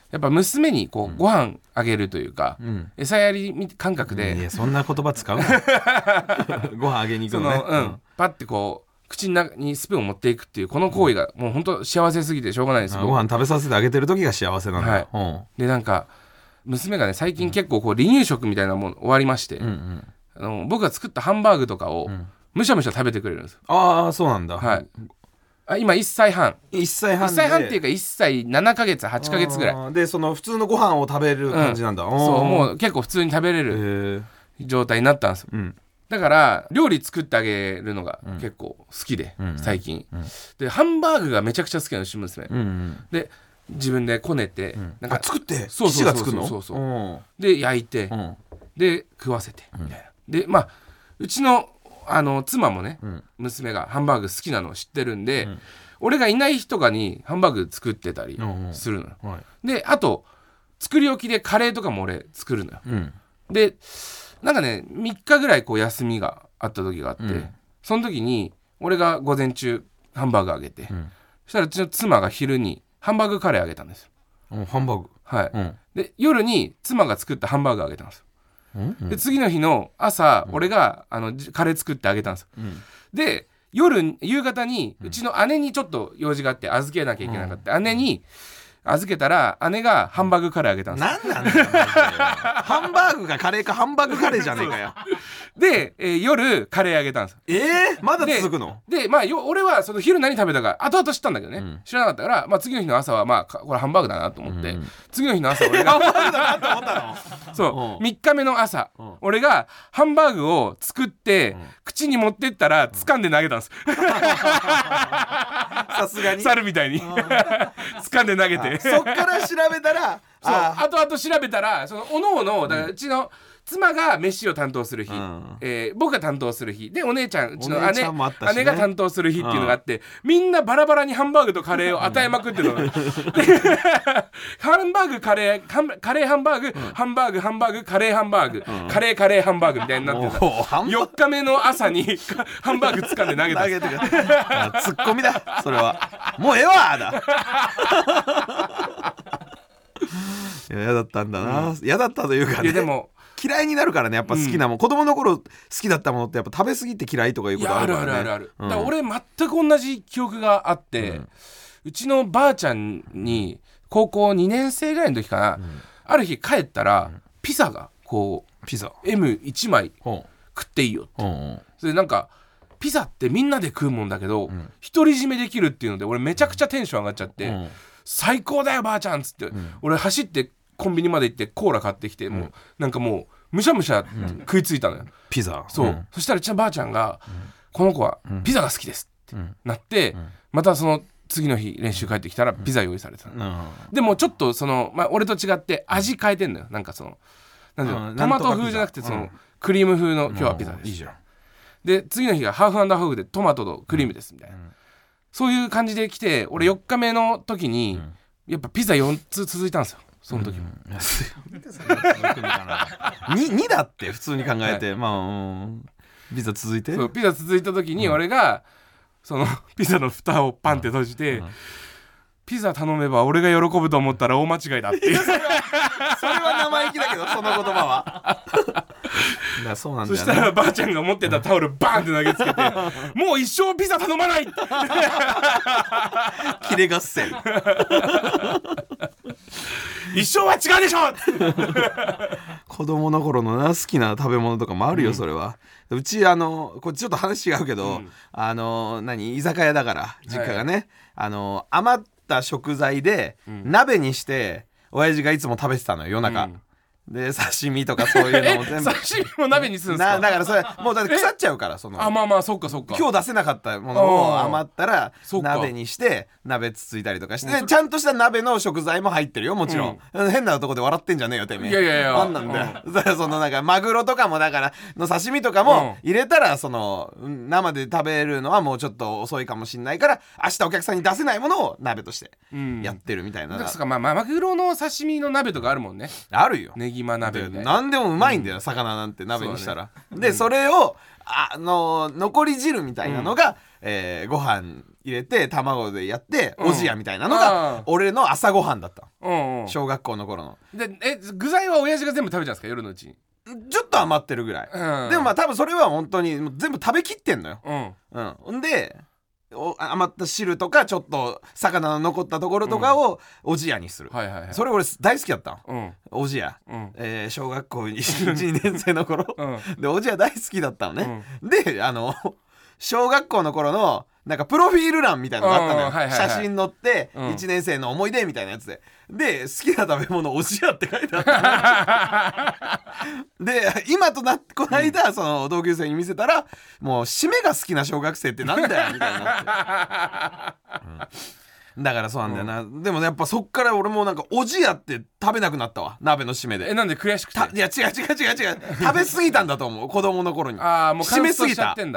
やっぱ娘にこう、うん、ご飯あげるというか、うん、餌やり感覚で、 いやそんな言葉使うなご飯あげに行くのねその、うん、パッてこう口の中にスプーンを持っていくっていうこの行為がもう本当幸せすぎてしょうがないです。 ご飯食べさせてあげてる時が幸せなんだ、はいうん、 でなんか娘がね最近結構こう離乳食みたいなもの終わりまして、うんうん、あの僕が作ったハンバーグとかを、うんむしゃむしゃ食べてくれるんですよ。 ああそうなんだ、 はい、あ今いっさいはんいっさいはんでいっさいはんっていうかいっさいななかげつはちかげつぐらいでその普通のご飯を食べる感じなんだ、うん、 そうもう結構普通に食べれる状態になったんですよ、うん、だから料理作ってあげるのが結構好きで、うん、最近、うん、でハンバーグがめちゃくちゃ好きなの娘、うんうん、で自分でこねて、うん、 なんか作ってそうそうそうそうそうそうそうで焼いて、うん、で食わせてみたいな、でまあうちのあの妻もね、うん、娘がハンバーグ好きなのを知ってるんで、うん、俺がいない日とかにハンバーグ作ってたりするのよ、うんうんはい、であと作り置きでカレーとかも俺作るのよ、うん、でなんかねみっかぐらいこう休みがあった時があって、うん、その時に俺が午前中ハンバーグあげて、うん、そしたらうちの妻が昼にハンバーグカレーあげたんですよ、 うん、ハンバーグはい、うん、で夜に妻が作ったハンバーグあげたんですよ。で次の日の朝、うん、俺があのカレー作ってあげたんですよ、うん、で夜夕方にうちの姉にちょっと用事があって預けなきゃいけなかった、うん、姉に預けたら姉がハンバーグカレーあげたんですよ。 なんなんだよハンバーグがカレーかハンバーグカレーじゃねえかよで、えー、夜カレーあげたんですよ。 えー、まだ続くので、でまあよ俺はその昼何食べたか後々知ったんだけどね、うん、知らなかったから、まあ、次の日の朝はまあこれハンバーグだなと思って、うん、次の日の朝俺がハンバーグだなと思ったのそう、みっかめの朝、うん、俺がハンバーグを作って、うん、口に持ってったら掴んで投げたんです、うん、 さすがに猿みたいに掴んで投げてそっから調べたらそうあとあと調べたらそのおのおのだからうちの妻が飯を担当する日、うんえー、僕が担当する日でお姉ちゃんうちの 姉, ね、姉が担当する日っていうのがあって、うん、みんなバラバラにハンバーグとカレーを与えまくってるの、うん、ハンバーグカレーカレーハンバーグ、うん、ハンバーグハンバーグカレーハンバーグ、うん、カレーカレーハンバーグみたいになってたよっかめの朝にハンバーグ掴んで投げた投げてるツッコミだそれはもうええわだいや嫌だったんだな嫌、うん、だったというかねいやでも嫌いになるからねやっぱ好きなもん、うん、子供の頃好きだったものってやっぱ食べ過ぎて嫌いとかいうことあるからね。いやあるあるあるある、うん、だから俺全く同じ記憶があって、うん、うちのばあちゃんに高校にねん生ぐらいの時かな、うん、ある日帰ったら、うん、ピザがこうピザエムいち 枚食っていいよって、うんうん、それでなんかピザってみんなで食うもんだけど、うん、独り占めできるっていうので俺めちゃくちゃテンション上がっちゃって、うん、最高だよばあちゃんっつって、うん、俺走ってコンビニまで行ってコーラ買ってきて、うん、もうなんかもうむしゃむしゃ食いついたのよ、うん、 ピザそう、うん、そしたらうちのばあちゃんが、うん、この子はピザが好きですってなって、うん、またその次の日練習帰ってきたらピザ用意されてたの、うん、でもちょっとその、まあ、俺と違って味変えてんのよなんかそのなんていうの、うん、トマト風じゃなくてその、うん、クリーム風の今日はピザです、うん、いいじゃんで次の日がハーフ&ハーフでトマトとクリームですみたいな、うん、そういう感じで来て俺よっかめの時に、うん、やっぱピザよっつ続いたんですよその時も、うん、 に, にだって普通に考えて、はい、まあ、うん、ピザ続いてそうピザ続いた時に俺が、うん、そのピザの蓋をパンって閉じて、うんうん、ピザ頼めば俺が喜ぶと思ったら大間違いだっていうそれは生意気だけどその言葉はだそうなんだよね、 そしたらばあちゃんが持ってたタオルバーンって投げつけてもう一生ピザ頼まないキレ合戦一生は違うでしょ子供の頃のな好きな食べ物とかもあるよ、うん、それはうちあのこれちょっと話違うけど、うん、あの何居酒屋だから実家がね、はい、あの余った食材で、うん、鍋にして親父がいつも食べてたのよ夜中、うんで刺身とかそういうのも全部刺身も鍋にするんですか。 だからそれもうだって腐っちゃうからそのあまあまあそっかそっか今日出せなかったものを余ったら鍋にして鍋つついたりとかしてちゃんとした鍋の食材も入ってるよもちろん、うん、変なとこで笑ってんじゃねえよてめえいやいやいやなんなんだよ、うん、だからそのなんかマグロとかもだからの刺身とかも入れたらその生で食べるのはもうちょっと遅いかもしんないから明日お客さんに出せないものを鍋としてやってるみたいな、うん、 だからまあマグロの刺身の鍋とかあるもんねあるよネギマ鍋みたいな何でもうまいんだよ、うん、魚なんて鍋にしたら、ね、で、うん、それをあの残り汁みたいなのが、うんえー、ご飯入れて卵でやって、うん、おじやみたいなのが俺の朝ごはんだった、うんうん、小学校の頃の。でえ具材は親父が全部食べちゃうんですか夜のうちに。 ちょっと余ってるぐらい、うん、でもまあ多分それは本当に全部食べきってんのよ、うんうん、でお余った汁とかちょっと魚の残ったところとかをおじやにする、うんはいはいはい、それ俺大好きだったの、うん、おじや、うんえー、小学校いちにねん生の頃、うん、でおじや大好きだったのね、うん、であの小学校の頃のなんかプロフィール欄みたいなのがあったのよ、はいはいはい、写真載っていちねん生の思い出みたいなやつで、で好きな食べ物おじやって書いてあったで今となってこの間、うん、その同級生に見せたらもう締めが好きな小学生ってなんだよみたいになって、うん、だからそうなんだよな、うん、でもやっぱそっから俺もなんかおじやって食べなくなったわ鍋の締めで。 えなんで悔しくて。 いや違う違う違う違う食べ過ぎたんだと思う子供の頃に。 ああもう締めすぎた。うん、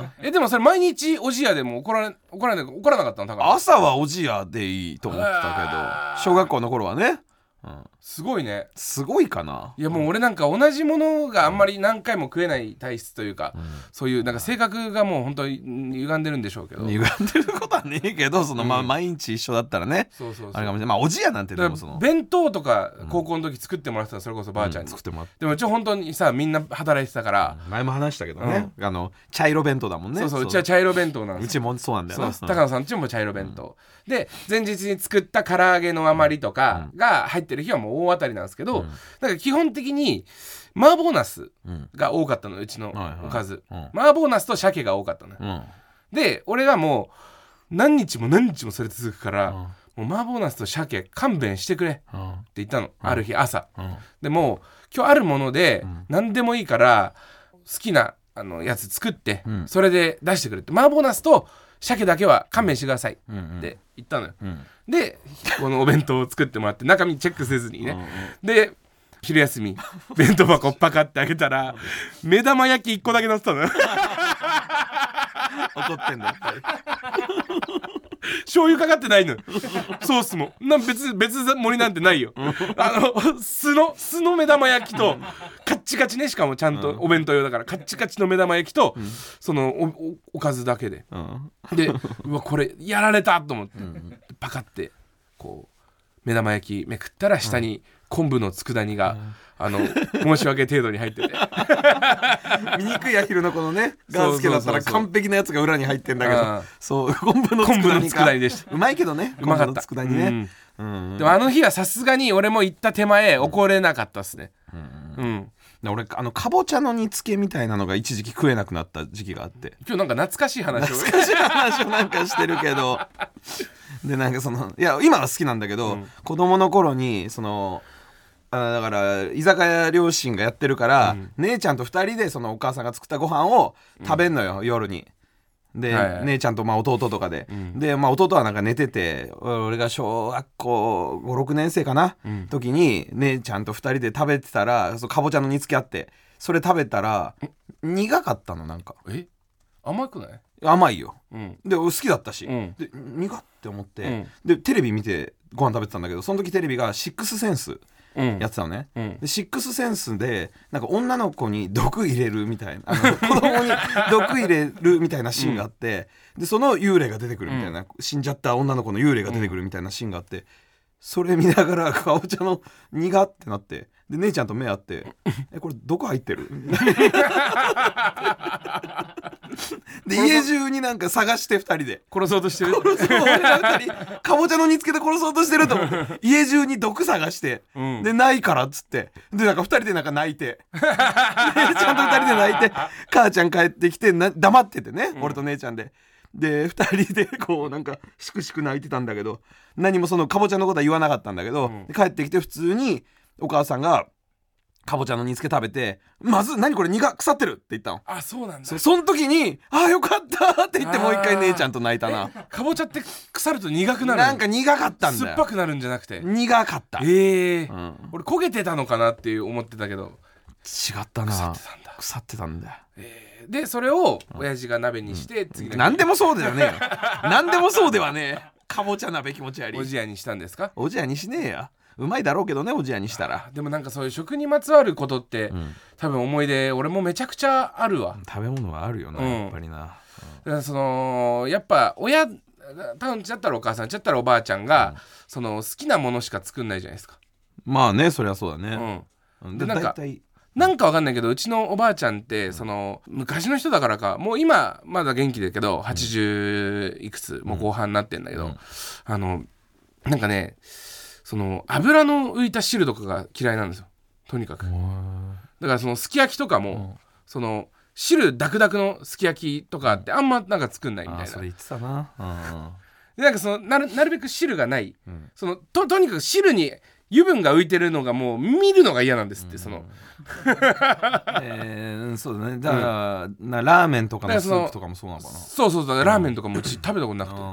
えでもそれ毎日おじやでも怒られ怒られ怒らなかったの。 朝はおじやでいいと思ってたけど小学校の頃はね、うん、すごいね。 すごいかな。 いやもう俺なんか同じものがあんまり何回も食えない体質というか、うん、そういうなんか性格がもう本当に歪んでるんでしょうけど。 歪んでることはねえけどその、うん、まあ毎日一緒だったらね。そうそうそうあれかもしれない。まあおじやなんてでもその弁当とか高校の時作ってもらってたそれこそばあちゃんに、うん、作ってもらって。でもうち本当にさみんな働いてたから、 うん、前も話したけどね、うん、あの茶色弁当だもんね。 そうそううちは茶色弁当なんです。 うちもそうなんだよな。 高野さんちも茶色弁当、うん、で前日に作った唐揚げの余りとかが入ってる日はもう大当たりなんですけど、うん、だから基本的に麻婆ナスが多かったのうちのおかず、うんはいはいうん、麻婆ナスと鮭が多かったの、うん、で俺がもう何日も何日もそれ続くから、うん、もう麻婆ナスと鮭勘弁してくれって言ったの、うん、ある日朝、うん、でも今日あるもので何でもいいから好きなあのやつ作って、うん、それで出してくれって麻婆ナスと鮭だけは勘弁してくださいって言ったのよ、うんうん、でこのお弁当を作ってもらって中身チェックせずにね、うんうん、で昼休み弁当箱パカって開けたら目玉焼きいっこだけ乗ってたのよ怒ってんだやっぱり醤油かかってないのソースもな別別盛りなんてないよあの素の素の目玉焼きとカッチカチねしかもちゃんとお弁当用だからカッチカチの目玉焼きと、うん、その お, お, おかずだけで、うん、でうわこれやられたと思って、うん、パカってこう目玉焼きめくったら下に昆布の佃煮が、うん、あの申し訳程度に入ってて醜いアヒルのこのねガンスケだったら完璧なやつが裏に入ってんだけどそう昆布の佃煮でした。うまいけどねうまかった佃煮ね、 うんうん、でもあの日はさすがに俺も行った手前怒れなかったっすね、 うんうんうん、俺あのかぼちゃの煮付けみたいなのが一時期食えなくなった時期があって今日なんか懐かしい話を懐かしい話をなんかしてるけどでなんかそのいや今は好きなんだけど、うん、子供の頃にそのあだから居酒屋両親がやってるから、うん、姉ちゃんとふたりでそのお母さんが作ったご飯を食べんのよ、うん、夜にで、はいはい、姉ちゃんとまあ弟とかで、うん、で、まあ、弟はなんか寝てて俺が小学校ごろくねん生かな、うん、時に姉ちゃんとふたりで食べてたらそかぼちゃの煮付けあってそれ食べたら苦かったのなんかえ甘くない甘いよ、うん、で俺好きだったし、うん、で苦って思って、うん、でテレビ見てご飯食べてたんだけどその時テレビがシックスセンスやってたのね、うん、でシックスセンスでなんか女の子に毒入れるみたいなあの子供に毒入れるみたいなシーンがあって、うん、でその幽霊が出てくるみたいな、うん、死んじゃった女の子の幽霊が出てくるみたいなシーンがあってそれ見ながらかぼちゃの苦ってなってで姉ちゃんと目合ってえこれ毒入ってるで家中になんか探してふたりで殺そうとしてる殺そう俺らふたりかぼちゃの煮付けで殺そうとしてると思って家中に毒探して、うん、でないからっつってでなんかふたりでなんか泣いてちゃんとふたりで泣いて母ちゃん帰ってきてな黙っててね、うん、俺と姉ちゃんででふたりでこうなんかしくしく泣いてたんだけど何もそのかぼちゃのことは言わなかったんだけど、うん、帰ってきて普通にお母さんがかぼちゃの煮付け食べてまず何これ苦腐ってるって言ったの。 あそうなんだ。 そ, その時にあよかったって言ってもう一回姉ちゃんと泣いたな。 かぼちゃって腐ると苦くなるなんか苦かったんだよ。 酸っぱくなるんじゃなくて苦かった。 えーうん、俺焦げてたのかなって思ってたけど違ったな。腐ってたんだ腐ってたんだよ、 えー、でそれを親父が鍋にして、うん、次の日何でもそうだよね何でもそうではねえかぼちゃ鍋気持ち悪い。 おじやにしたんですか。 おじやにしねえやうまいだろうけどねおじやにしたら。 でもなんかそういう食にまつわることって、うん、多分思い出俺もめちゃくちゃあるわ。 食べ物はあるよな、うん、やっぱりな、 うん、そのやっぱ親多分ちゃったらお母さんちゃったらおばあちゃんが、うん、その好きなものしか作んないじゃないですか。 まあねそりゃそうだね、 うん、でなんかなんかわかんないけどうちのおばあちゃんってその昔の人だからかもう今まだ元気だけどはちじゅういくつもう後半になってんだけど、うん、あのなんかねその油の浮いた汁とかが嫌いなんですよとにかく。だからそのすき焼きとかも、うん、その汁ダクダクのすき焼きとかってあんまなんか作んないみたいな。あそれ言ってたな、うん、 でなんかその な る, なるべく汁がない、うん、その と, とにかく汁に油分が浮いてるのがもう見るのが嫌なんですって、うん、そのえー、そうだねだから、うん、なラーメンとかのスープとかもそうなのかな。 そうそうそうラーメンとかもうち食べたことなくて、うん、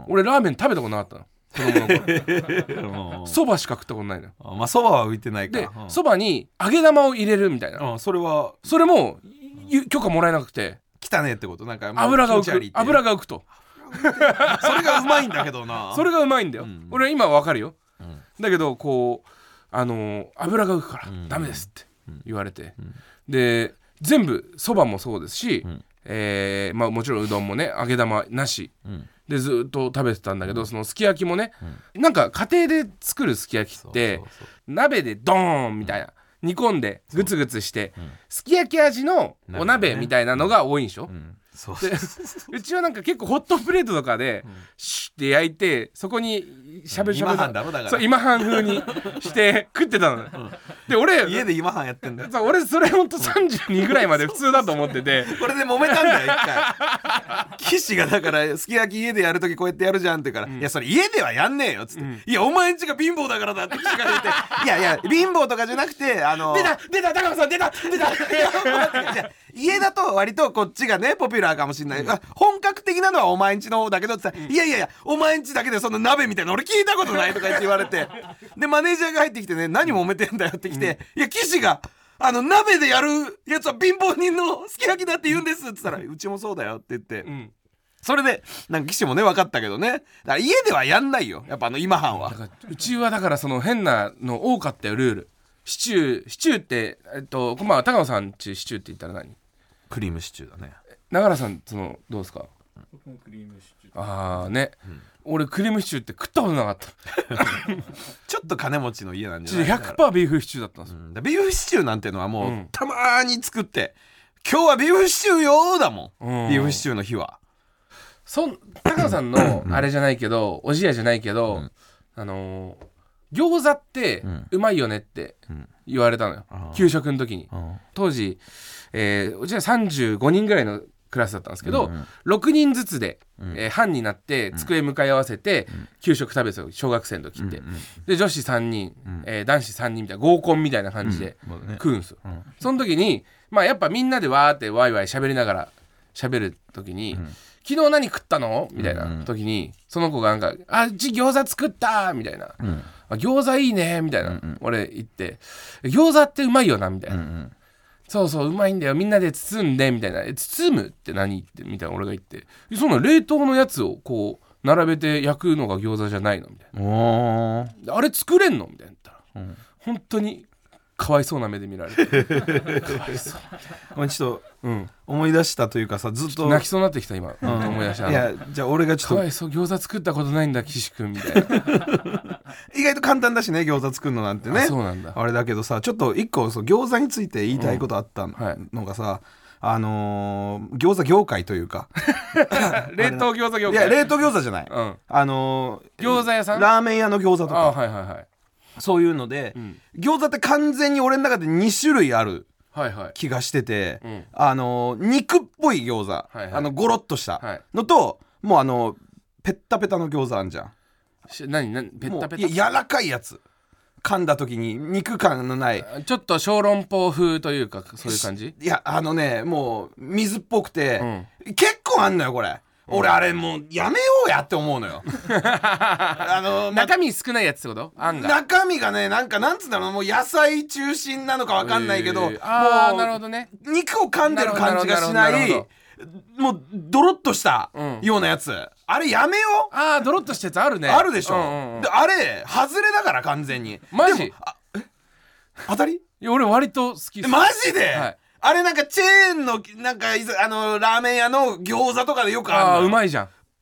俺ラーメン食べたことなかったの子供の頃そばしか食ったことないのよ。 あまあそばは浮いてないか。 でそば、うん、に揚げ玉を入れるみたいな、 うん、それはそれも許可もらえなくて汚ねってことなんか油が浮く油が浮くとそれがうまいんだけどなそれがうまいんだよ、うん、俺は今は分かるよ、うん、だけどこうあのー、油が浮くからダメですって言われて、うん、で全部そばもそうですし、うんえーまあ、もちろんうどんもね揚げ玉なし、うん、でずっと食べてたんだけど、うん、そのすき焼きもね、うん、なんか家庭で作るすき焼きってそうそうそう鍋でドーンみたいな、うん、煮込んでグツグツして、うん、すき焼き味のお鍋みたいなのが多いんでしょ、うんうんそうでうちはなんか結構ホットプレートとかで、うん、シュッて焼いてそこにしゃぶしゃぶ今半だろだからそう今半風にして食ってたの、うん、で俺家で今半やってんだよ。 そう俺それほんとさんじゅうにぐらいまで普通だと思っててこれで揉めたんだよ一回岸がだからすき焼き家でやるときこうやってやるじゃんって言うから、うん、いやそれ家ではやんねえよっつって、うん、いやお前んちが貧乏だからだって岸が言っていやいや貧乏とかじゃなくてあの出た出た高野さん出た出たじゃ家だと割とこっちがねポピュラーかもしれない、うん、本格的なのはお前んちの方だけどって言ったら、うん、いやいやいやお前んちだけでその鍋みたいな俺聞いたことないとか言って言われてでマネージャーが入ってきてね何揉めてんだよってきて、うん、いや岸があの鍋でやるやつは貧乏人のすき焼きだって言うんですって言ったらうちもそうだよって言って、うん、それでなんか岸もね分かったけどねだから家ではやんないよやっぱあの今半は。 だからうちはだからその変なの多かったよルール。シチューシチューってえっとまあ高野さんちシチューって言ったら何クリームシチューだね。 永原さんそのどうですか。 僕もクリームシチュー。 ああね、うん、俺クリームシチューって食ったことなかったちょっと金持ちの家なんじゃないひゃくパーセント ビーフシチューだったんですよ、 うん、ビーフシチューなんてのはもう、うん、たまーに作って今日はビーフシチューよーだもん、うん、ビーフシチューの日はそん高野さんのあれじゃないけどおじやじゃないけど、うん、あのー餃子ってうまいよねって言われたのよ、うん、給食の時に、うん、当時、えー、うちはさんじゅうごにんぐらいのクラスだったんですけど、うんうん、ろくにんずつで、うんえー、班になって机向かい合わせて給食食べてたよ小学生の時って、うんうん、で女子さんにん、うんえー、男子さんにんみたいな合コンみたいな感じで食うんですよ、うんうん、その時にまあやっぱみんなでわーってワイワイ喋りながら喋る時に、うん昨日何食ったのみたいな時に、うん、その子がなんかあっち餃子作ったみたいな、うん、あ餃子いいねみたいな、うんうん、俺言って餃子ってうまいよなみたいな、うんうん、そうそううまいんだよみんなで包んでみたいなえ包むって何ってみたいな俺が言ってそんな冷凍のやつをこう並べて焼くのが餃子じゃないのみたいなあれ作れんのみたいな言ったら、うん、本当にかわいそうな目で見られてかわいそうお前ちょっと、うん、思い出したというかさずっと泣きそうになってきた今、うん、思い出したいやじゃあ俺がちょっとかわいそう餃子作ったことないんだ岸君みたいな意外と簡単だしね餃子作るのなんてねあそうなんだあれだけどさちょっと一個そう餃子について言いたいことあったのがさ、うんはいあのー、餃子業界というか冷凍餃子業界いや冷凍餃子じゃない、 うん、 あのー、餃子屋さんラーメン屋の餃子とかあはいはいはいそういうので、うん、餃子って完全に俺の中でに種類ある気がしてて、 はいはい、 あの肉っぽい餃子、はいはい、あのゴロッとしたのと、はい、もうあのペッタペタの餃子あんじゃん何何ペッタペタいや柔らかいやつ噛んだ時に肉感のないちょっと小籠包風というかそういう感じいやあのねもう水っぽくて、うん、結構あんのよこれ俺あれもうやめようやって思うのよあの、ま、中身少ないやつってことあんが中身がねなんかなんつうんだろうもう野菜中心なのかわかんないけど、えー、 あもうなるほどね肉を噛んでる感じがしないもうドロッとしたようなやつ、うん、あれやめようあードロッとしたやつあるねあるでしょ、 うんうんうん、 であれ外れだから完全にマジあえ当たりいや俺割と好きですマジで、 はいあれなんかチェーンのなんかあのラーメン屋の餃子とかでよくあるのあーうまいじゃん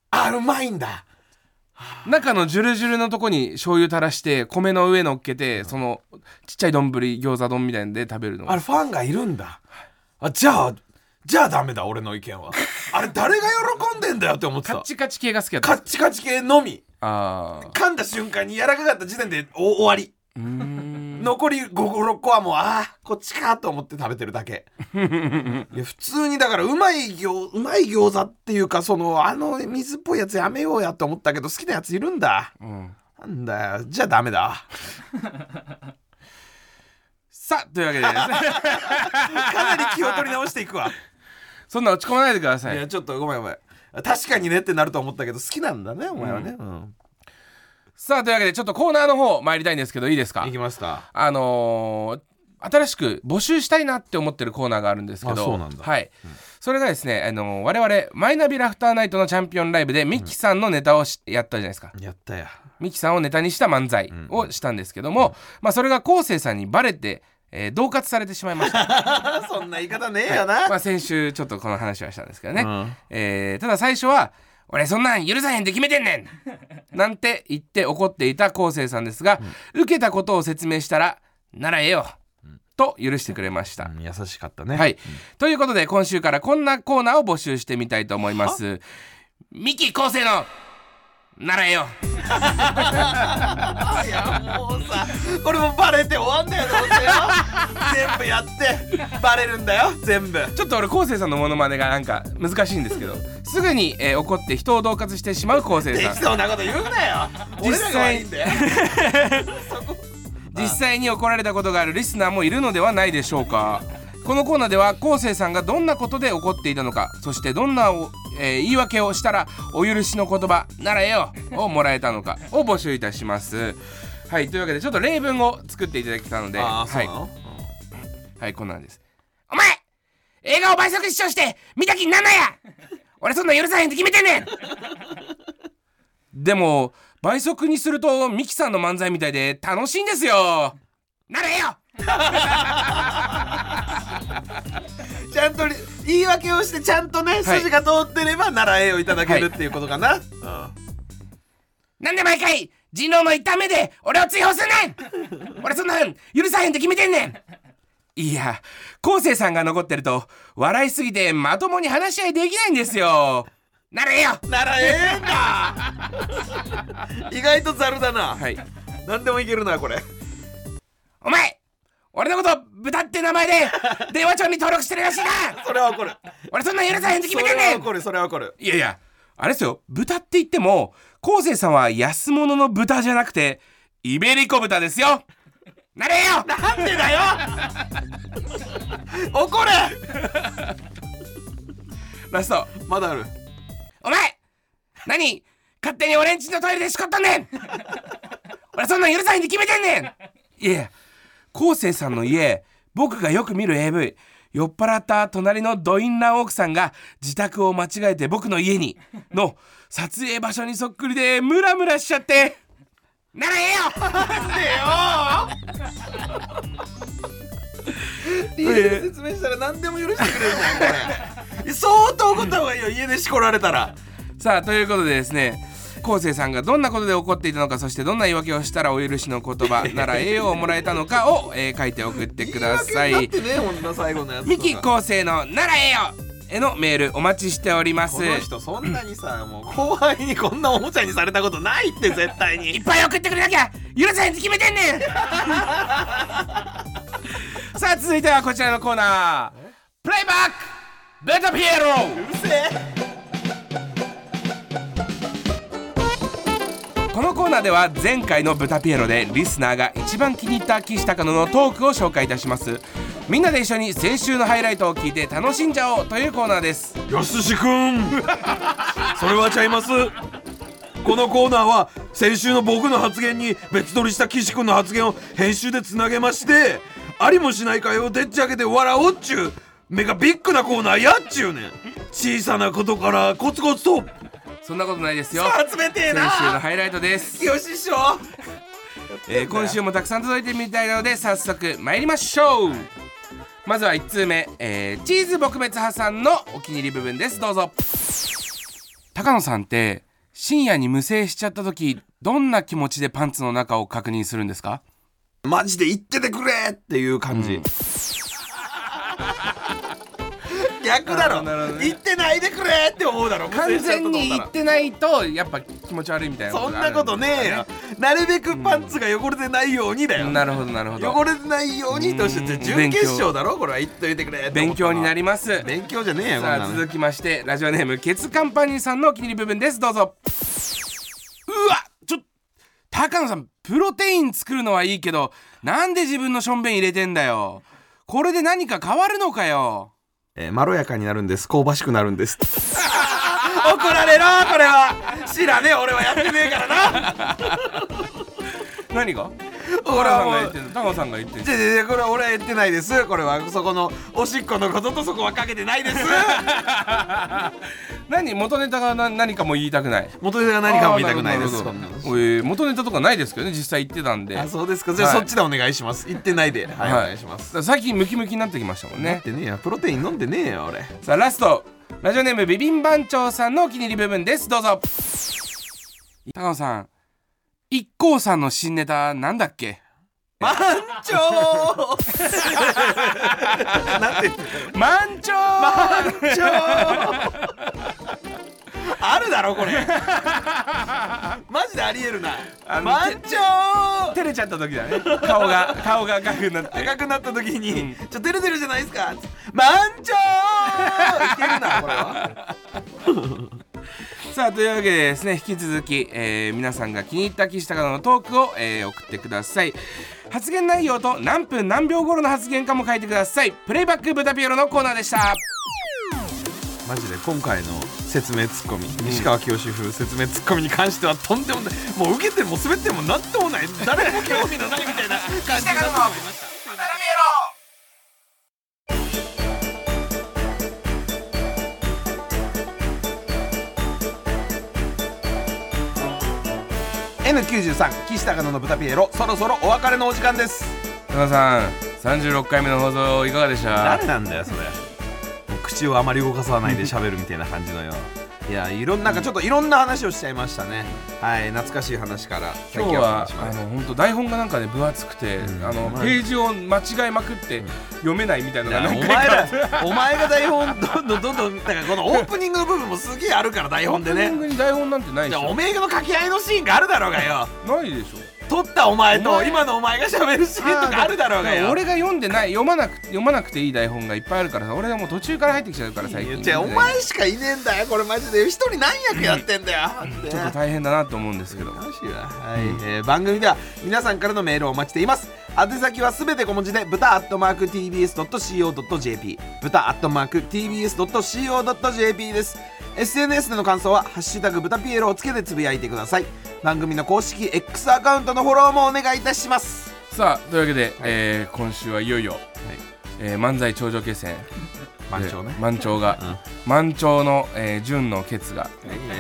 あうまいんだ。 中のジュルジュルのとこに醤油垂らして米の上乗っけて、そのちっちゃい丼餃子丼みたいなんで食べるの。 あれファンがいるんだ。あじゃあじゃあダメだ俺の意見は。あれ誰が喜んでんだよって思ってた。 カッチカチ系が好きだった。 カッチカチ系のみ。 あ噛んだ瞬間に柔らかかった時点でお終わり。 うーん残りご、ろっこはもうあーこっちかと思って食べてるだけ。いや普通にだからうまい餃うまい餃子っていうかそのあの水っぽいやつやめようやって思ったけど好きなやついるんだ、うん、なんだよじゃあダメだ。 さあというわけでですねかなり気を取り直していくわ。 そんな落ち込まないでください。 いやちょっとごめんごめん確かにねってなると思ったけど好きなんだねお前はね、うんうん、 さあというわけでちょっとコーナーの方参りたいんですけどいいですか。 行きました。 あのー新しく募集したいなって思ってるコーナーがあるんですけど、 そうなんだ、 はい、うん、それがですね、あのー、我々マイナビラフターナイトのチャンピオンライブでミキさんのネタをし、うん、やったじゃないですか。 やったやミキさんをネタにした漫才をしたんですけども、うん、まあ、それが昴生さんにバレて、えー、恫喝されてしまいました。 そんな言い方ねえよな、 はい、まあ、先週ちょっとこの話はしたんですけどね、うん、えー、ただ最初は俺そんなん許さへんって決めてんねんなんて言って怒っていた昴生さんですが、うん、受けたことを説明したらならええよと許してくれました、 うん、優しかったね、 はい、うん、ということで今週からこんなコーナーを募集してみたいと思います。ミキ昴生のならええよ。 いやもうさこれもバレて終わんだよどうせよ全部やってバレるんだよ全部。 ちょっと俺昴生さんのモノマネがなんか難しいんですけどすぐに、えー、怒って人を恫喝してしまう昴生さん。 適当なこと言うなよ俺らが悪いんだよ実際に怒られたことがあるリスナーもいるのではないでしょうか。このコーナーでは昴生さんがどんなことで怒っていたのか、そしてどんな、えー、言い訳をしたらお許しの言葉ならええよをもらえたのかを募集いたします。はい、というわけでちょっと例文を作っていただきたので、 あはい、はい、こんなんです。お前映画を倍速視聴して見た気になんなや俺そんな許さへんって決めてんねんでも倍速にするとミキさんの漫才みたいで楽しいんですよ。ならええよちゃんと言い訳をしてちゃんとね、はい、筋が通ってればならええよいただけるっていうことかな、はい、うん、 なんで毎回人狼の痛めで俺を追放すんねん俺そんなん許さへんって決めてんねん。いや昴生さんが残ってると笑いすぎてまともに話し合いできないんですよ。ならええよならええんだ意外とザルだな。 はい、 何でもいけるなこれ。 お前俺のこと豚って名前で電話帳に登録してるらしいなそれは怒る。 俺そんな許さへんって決めてんねん。 それは怒るそれは怒る。 いやいやあれですよ、豚って言っても昴生さんは安物の豚じゃなくてイベリコ豚ですよ。なれよなんでだよ怒れラストまだある。 お前何勝手に俺んちのトイレでしこったんねん俺そんなん許さへんって決めてんねん。いや昴生さんの家僕がよく見る エーブイ 酔っ払った隣のドインな奥さんが自宅を間違えて僕の家にの撮影場所にそっくりでムラムラしちゃってならええよなんでよ理由で説明したら何でも許してくれるじゃんこれ相当怒った方がいいよ家でしこられたら。 さあということでですね昴生さんがどんなことで怒っていたのか、そしてどんな言い訳をしたらお許しの言葉ならええよをもらえたのかを、えー、書いて送ってください。 言い訳になってねほんな最後のやつとか。 ミキ昴生のならええよへのメールお待ちしております。 この人そんなにさもう後輩にこんなおもちゃにされたことないって絶対に。 いっぱい送ってくれなきゃ許さへんって決めてんねんさあ続いてはこちらのコーナープレイバックベタピエロ。 うるせえ。 このコーナーでは前回のブタピエロでリスナーが一番気に入った岸高野のトークを紹介いたします。みんなで一緒に先週のハイライトを聞いて楽しんじゃおうというコーナーです。 やすしくんそれはちゃいます。このコーナーは先週の僕の発言に別撮りした岸くんの発言を編集でつなげまして、ありもしない会をでっち上げて笑おうっちゅうメガビッグなコーナーやっちゅうねん。小さなことからコツコツと。 そんなことないですよ。 集めてえな。 先週のハイライトです。 よししょ、 えー、今週もたくさん届いてみたいので早速参りましょう。まずはいち通目、えー、チーズ撲滅派さんのお気に入り部分です。どうぞ。 高野さんって深夜に無精しちゃった時どんな気持ちでパンツの中を確認するんですか？ マジで言っててくれっていう感じ、うん、逆だろ、ね、言ってないでくれって思うだろ。 完全に言ってないとやっぱ気持ち悪いみたいなことそんなことねえよ。なるべくパンツが汚れてないようにだよ、 うん、なるほどなるほど。 汚れてないようにとして準決勝だろこれは。言っといてくれって勉強になります。 勉強じゃねえよ。 さあ続きましてラジオネームケツカンパニーさんのお気に入り部分です。どうぞ。うわちょ高野さんプロテイン作るのはいいけどなんで自分のしょんべん入れてんだよ。これで何か変わるのかよ。 えー、まろやかになるんです。香ばしくなるんです怒られろこれは。知らねえ俺はやってねえからな何が高野さんが言ってんの？高野さんが言ってんの？ じゃじゃこれは俺は言ってないです。これはそこのおしっこのこととそこはかけてないです何元ネタがな何かも言いたくない。 元ネタが何かも言いたくないです。 えー、元ネタとかないですけどね実際言ってたんで。 あそうですか。じゃあ、はい、そっちでお願いします。言ってないで、はい、はい、お願いします。 最近ムキムキになってきましたもんね。 なってねえよ。プロテイン飲んでねえよ俺。 さあラストラジオネームビビン番長さんのお気に入り部分です。どうぞ。高野さん イッコー さんの新ネタなんだっけ？ 満潮なんて満潮満潮あるだろこれマジでありえるな。満潮照れちゃった時だね。顔が顔が赤くなって赤くなった時に、うん、ちょっと照れてるじゃないですか。満潮いけるなこれはさあというわけでですね引き続き、えー、皆さんが気に入った岸高野のトークを、えー、送ってください。発言内容と何分何秒頃の発言かも書いてください。プレイバックブタピエロのコーナーでした。 マジで今回の説明ツッコミ、うん、西川きよし風説明ツッコミに関してはとんでもない。もう受けても滑ってもなんともない誰も興味のないみたいな感じになっておりました。ブタピエロエヌきゅうじゅうさん 岸高野のブタピエロそろそろお別れのお時間です。 高野さんさんじゅうろっかいめの放送いかがでした？ 誰なんだよそれ。もう口をあまり動かさないで喋るみたいな感じのよいやいろんなんかちょっといろんな話をしちゃいましたね。はい懐かしい話から今日はあの本当台本がなんかね分厚くて、うん、あのページを間違えまくって読めないみたいなのが何回かお前らお前が台本どんどんどんどんだからこのオープニングの部分もすげえあるから台本でね。 オープニングに台本なんてないでしょ。 おめえの掛け合いのシーンがあるだろうがよないでしょ。 撮ったお前と今のお前が喋るシーンとかあるだろうがよ。 俺が読んでない読まなく読まなくていい台本がいっぱいあるからさ。俺はもう途中から入ってきちゃうから最近。 じゃあお前しかいねえんだよこれマジで。一人何役やってんだよ、 うん、ちょっと大変だなと思うんですけど。 はい、えー、番組では皆さんからのメールをお待ちしています。宛先はすべて小文字で豚アットマーク ティービーエスドットシーオードットジェーピー 豚アットマーク ティービーエスドットシーオードットジェーピー です。 エスエヌエス での感想はハッシュタグ豚ピエロをつけてつぶやいてください。番組の公式 X アカウントのフォローもお願いいたします。 さあというわけで、はいえー、今週はいよいよ、はいえー、漫才頂上決戦満潮ね満潮が、うん、満潮の、えー、準のケツが、はい、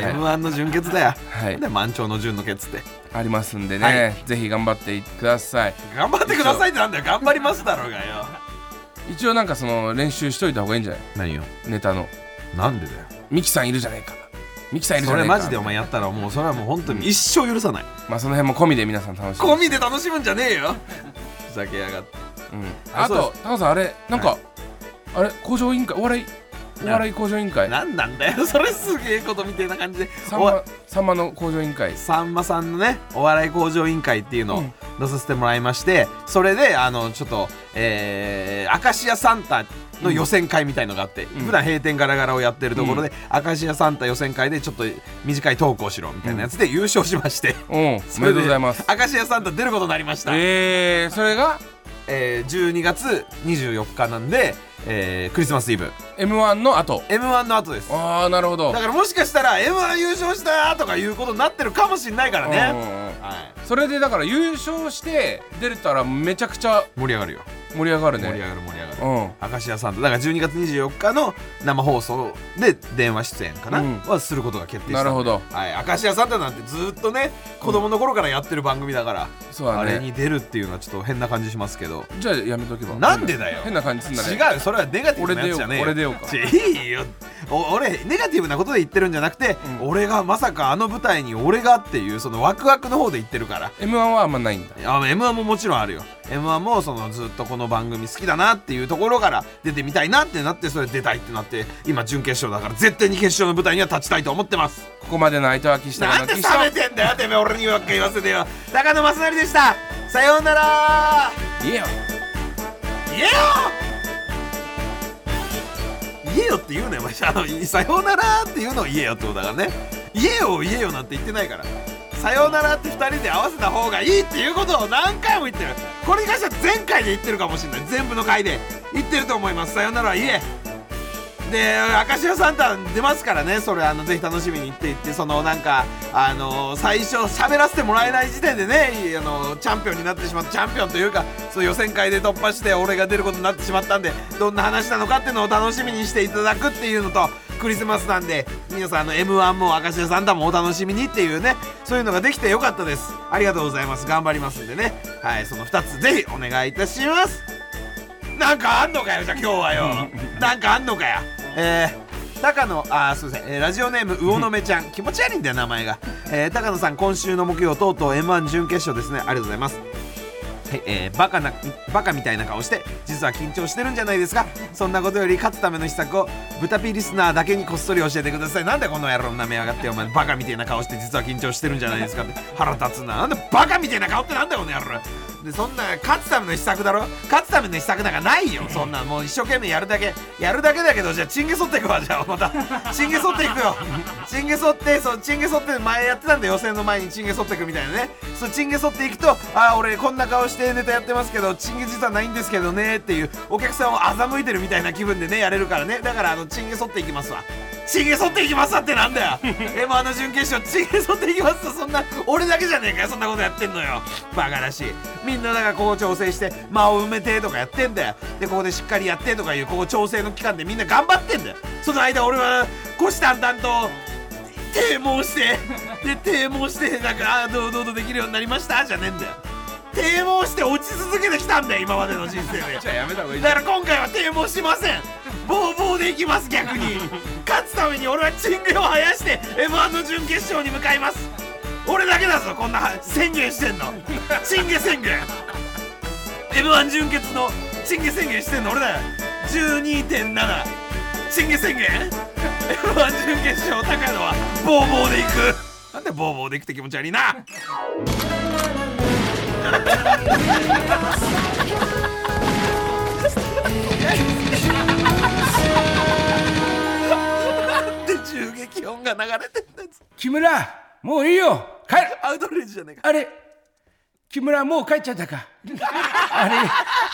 エムワン の準ケツだよ、はい、で満潮の準のケツってありますんでね、はい、ぜひ頑張ってください。 頑張ってくださいってなんだよ。頑張りますだろうがよ。 一応なんかその練習しといた方がいいんじゃない？ 何よネタの。 なんでだよ。 ミキさんいるじゃないか。ミキさんいるじゃないか。 それマジでお前やったらもうそれはもう本当に一生許さない、うん、 まあその辺も込みで皆さん楽しむ。 込みで楽しむんじゃねえよふざけやがって、 うん、あ, あと高野さんあれなんか、はい、あれ向上委員会お笑いお笑い向上委員会なんなんだよそれ。すげえことみたいな感じでさんまさんまの向上委員会さんまさんのねお笑い向上委員会っていうのを出させてもらいまして、うん、それであのちょっとえー、明石家サンタの予選会みたいのがあって、うん、普段閉店ガラガラをやってるところで、うん、明石家サンタ予選会でちょっと短いトークをしろみたいなやつで優勝しまして、 うん、おめでとうございます。 明石家サンタ出ることになりました。 えー、それが、 えー、じゅうにがつにじゅうよっかなんで、えー、クリスマスイブエムワン の後エムワン の後です。 ああなるほど。 だからもしかしたら エムワン 優勝したとかいうことになってるかもしれないからね、うんうんうんはい、それでだから優勝して出れたらめちゃくちゃ盛り上がるよ。 盛り上がるね。 盛り上がる盛り上がる。 明石家サンタだからじゅうにがつにじゅうよっかの生放送で電話出演かな、うん、はすることが決定した。 なるほど、 はい、明石家サンタなんてずっとね子供の頃からやってる番組だから、うん、そうだね、あれに出るっていうのはちょっと変な感じしますけど。 じゃあやめとけば。 なんでだよ、 変な感じすんだね。 違う、それはネガティブなやつじゃねえよ。 俺出ようか。 いいよ、俺ネガティブなことで言ってるんじゃなくて、うん、俺がまさかあの舞台に俺がっていうそのワクワクの方で言ってるから。 エムワン はあんまないんだ。 あ エムワン ももちろんあるよ。 エムワン もそのずっとこの番組好きだなっていうところから出てみたいなってなって、それ出たいってなって今準決勝だから絶対に決勝の舞台には立ちたいと思ってます。 ここまでの相手は岸田なんで冷めてんだよてめえ、俺にばっか言わせてよ。高野正成でした。さようなら。 言えよ言えよ言えよって言うねお前。あのさようならっていうのを言えよってことだからね。言えよ言えよなんて言ってないから、さようならってふたりで合わせた方がいいっていうことを何回も言ってる。これに関しては前回で言ってるかもしれない。全部の回で言ってると思います。さようならは言え。で明石家サンタ出ますからね、それあのぜひ楽しみに行って行って、そのなんかあの最初喋らせてもらえない時点でね、あのチャンピオンになってしまった、チャンピオンというかその予選会で突破して俺が出ることになってしまったんで、どんな話なのかっていうのを楽しみにしていただくっていうのと、クリスマスなんで皆さんあの エムワン も明石家サンタもお楽しみにっていうね、そういうのができてよかったです。ありがとうございます。頑張りますんでね、はい、そのふたつぜひお願いいたします。なんかあんのかよ、じゃあ今日はよなんかあんのかよ。えー、高野、あーすいません、えー、ラジオネーム魚のめちゃん、気持ち悪いんだよ名前が、えー、高野さん今週の木曜とうとう エムワン 準決勝ですね。ありがとうございます。はい、えー、バカなバカみたいな顔して実は緊張してるんじゃないですか。そんなことより勝つための秘策を豚ピーリスナーだけにこっそり教えてください。なんでこの野郎なめやがってお前、バカみたいな顔して実は緊張してるんじゃないですかって腹立つな。なんでバカみたいな顔ってなんだよこの野郎で、そんな勝つための秘策だろ。勝つための秘策なんかないよそんな。もう一生懸命やるだけやるだけだけど、じゃあチンゲ剃っていくわ。じゃあまたチンゲ剃っていくよチンゲ剃って、そうチンゲ剃って前やってたんで、予選の前にチンゲ剃っていくみたいなね。そうチンゲ剃っていくと、あー俺こんな顔してネタやってますけどチンゲ実はないんですけどねっていうお客さんを欺いてるみたいな気分でねやれるからね。だからあのチンゲ剃っていきますわ。チンゲ剃っていきますわってなんだよエムワン の準決勝チンゲ剃っていきますわ。そんな俺だけじゃねえかよそんなことやってんのよ、バカらしい。みんなだからここ調整して間を埋めてとかやってんだよ。でここでしっかりやってとかいうここ調整の期間でみんな頑張ってんだよ。その間俺は虎視眈々と低毛してで低毛してなんかあーどうどうどうできるようになりましたじゃねえんだよ。低毛して落ち続けてきたんだよ今までの人生で。 じゃあやめた方がいい。 だから今回は低毛しません。ボーボーでいきます。逆に勝つために俺はチンゲを生やして エムワン の準決勝に向かいます。俺だけだぞこんな宣言してんのチンゲ宣言エムワン 準決のチンゲ宣言してんの俺だよ。 じゅうにてんなな チンゲ宣言エムワン 準決勝高野はボーボーでいく。なんでボーボーでいくって気持ち悪いななんで銃撃音が流れてんだよ。 木村もういいよ帰る。 アウトレイジじゃねえか。 あれ木村もう帰っちゃったかあれ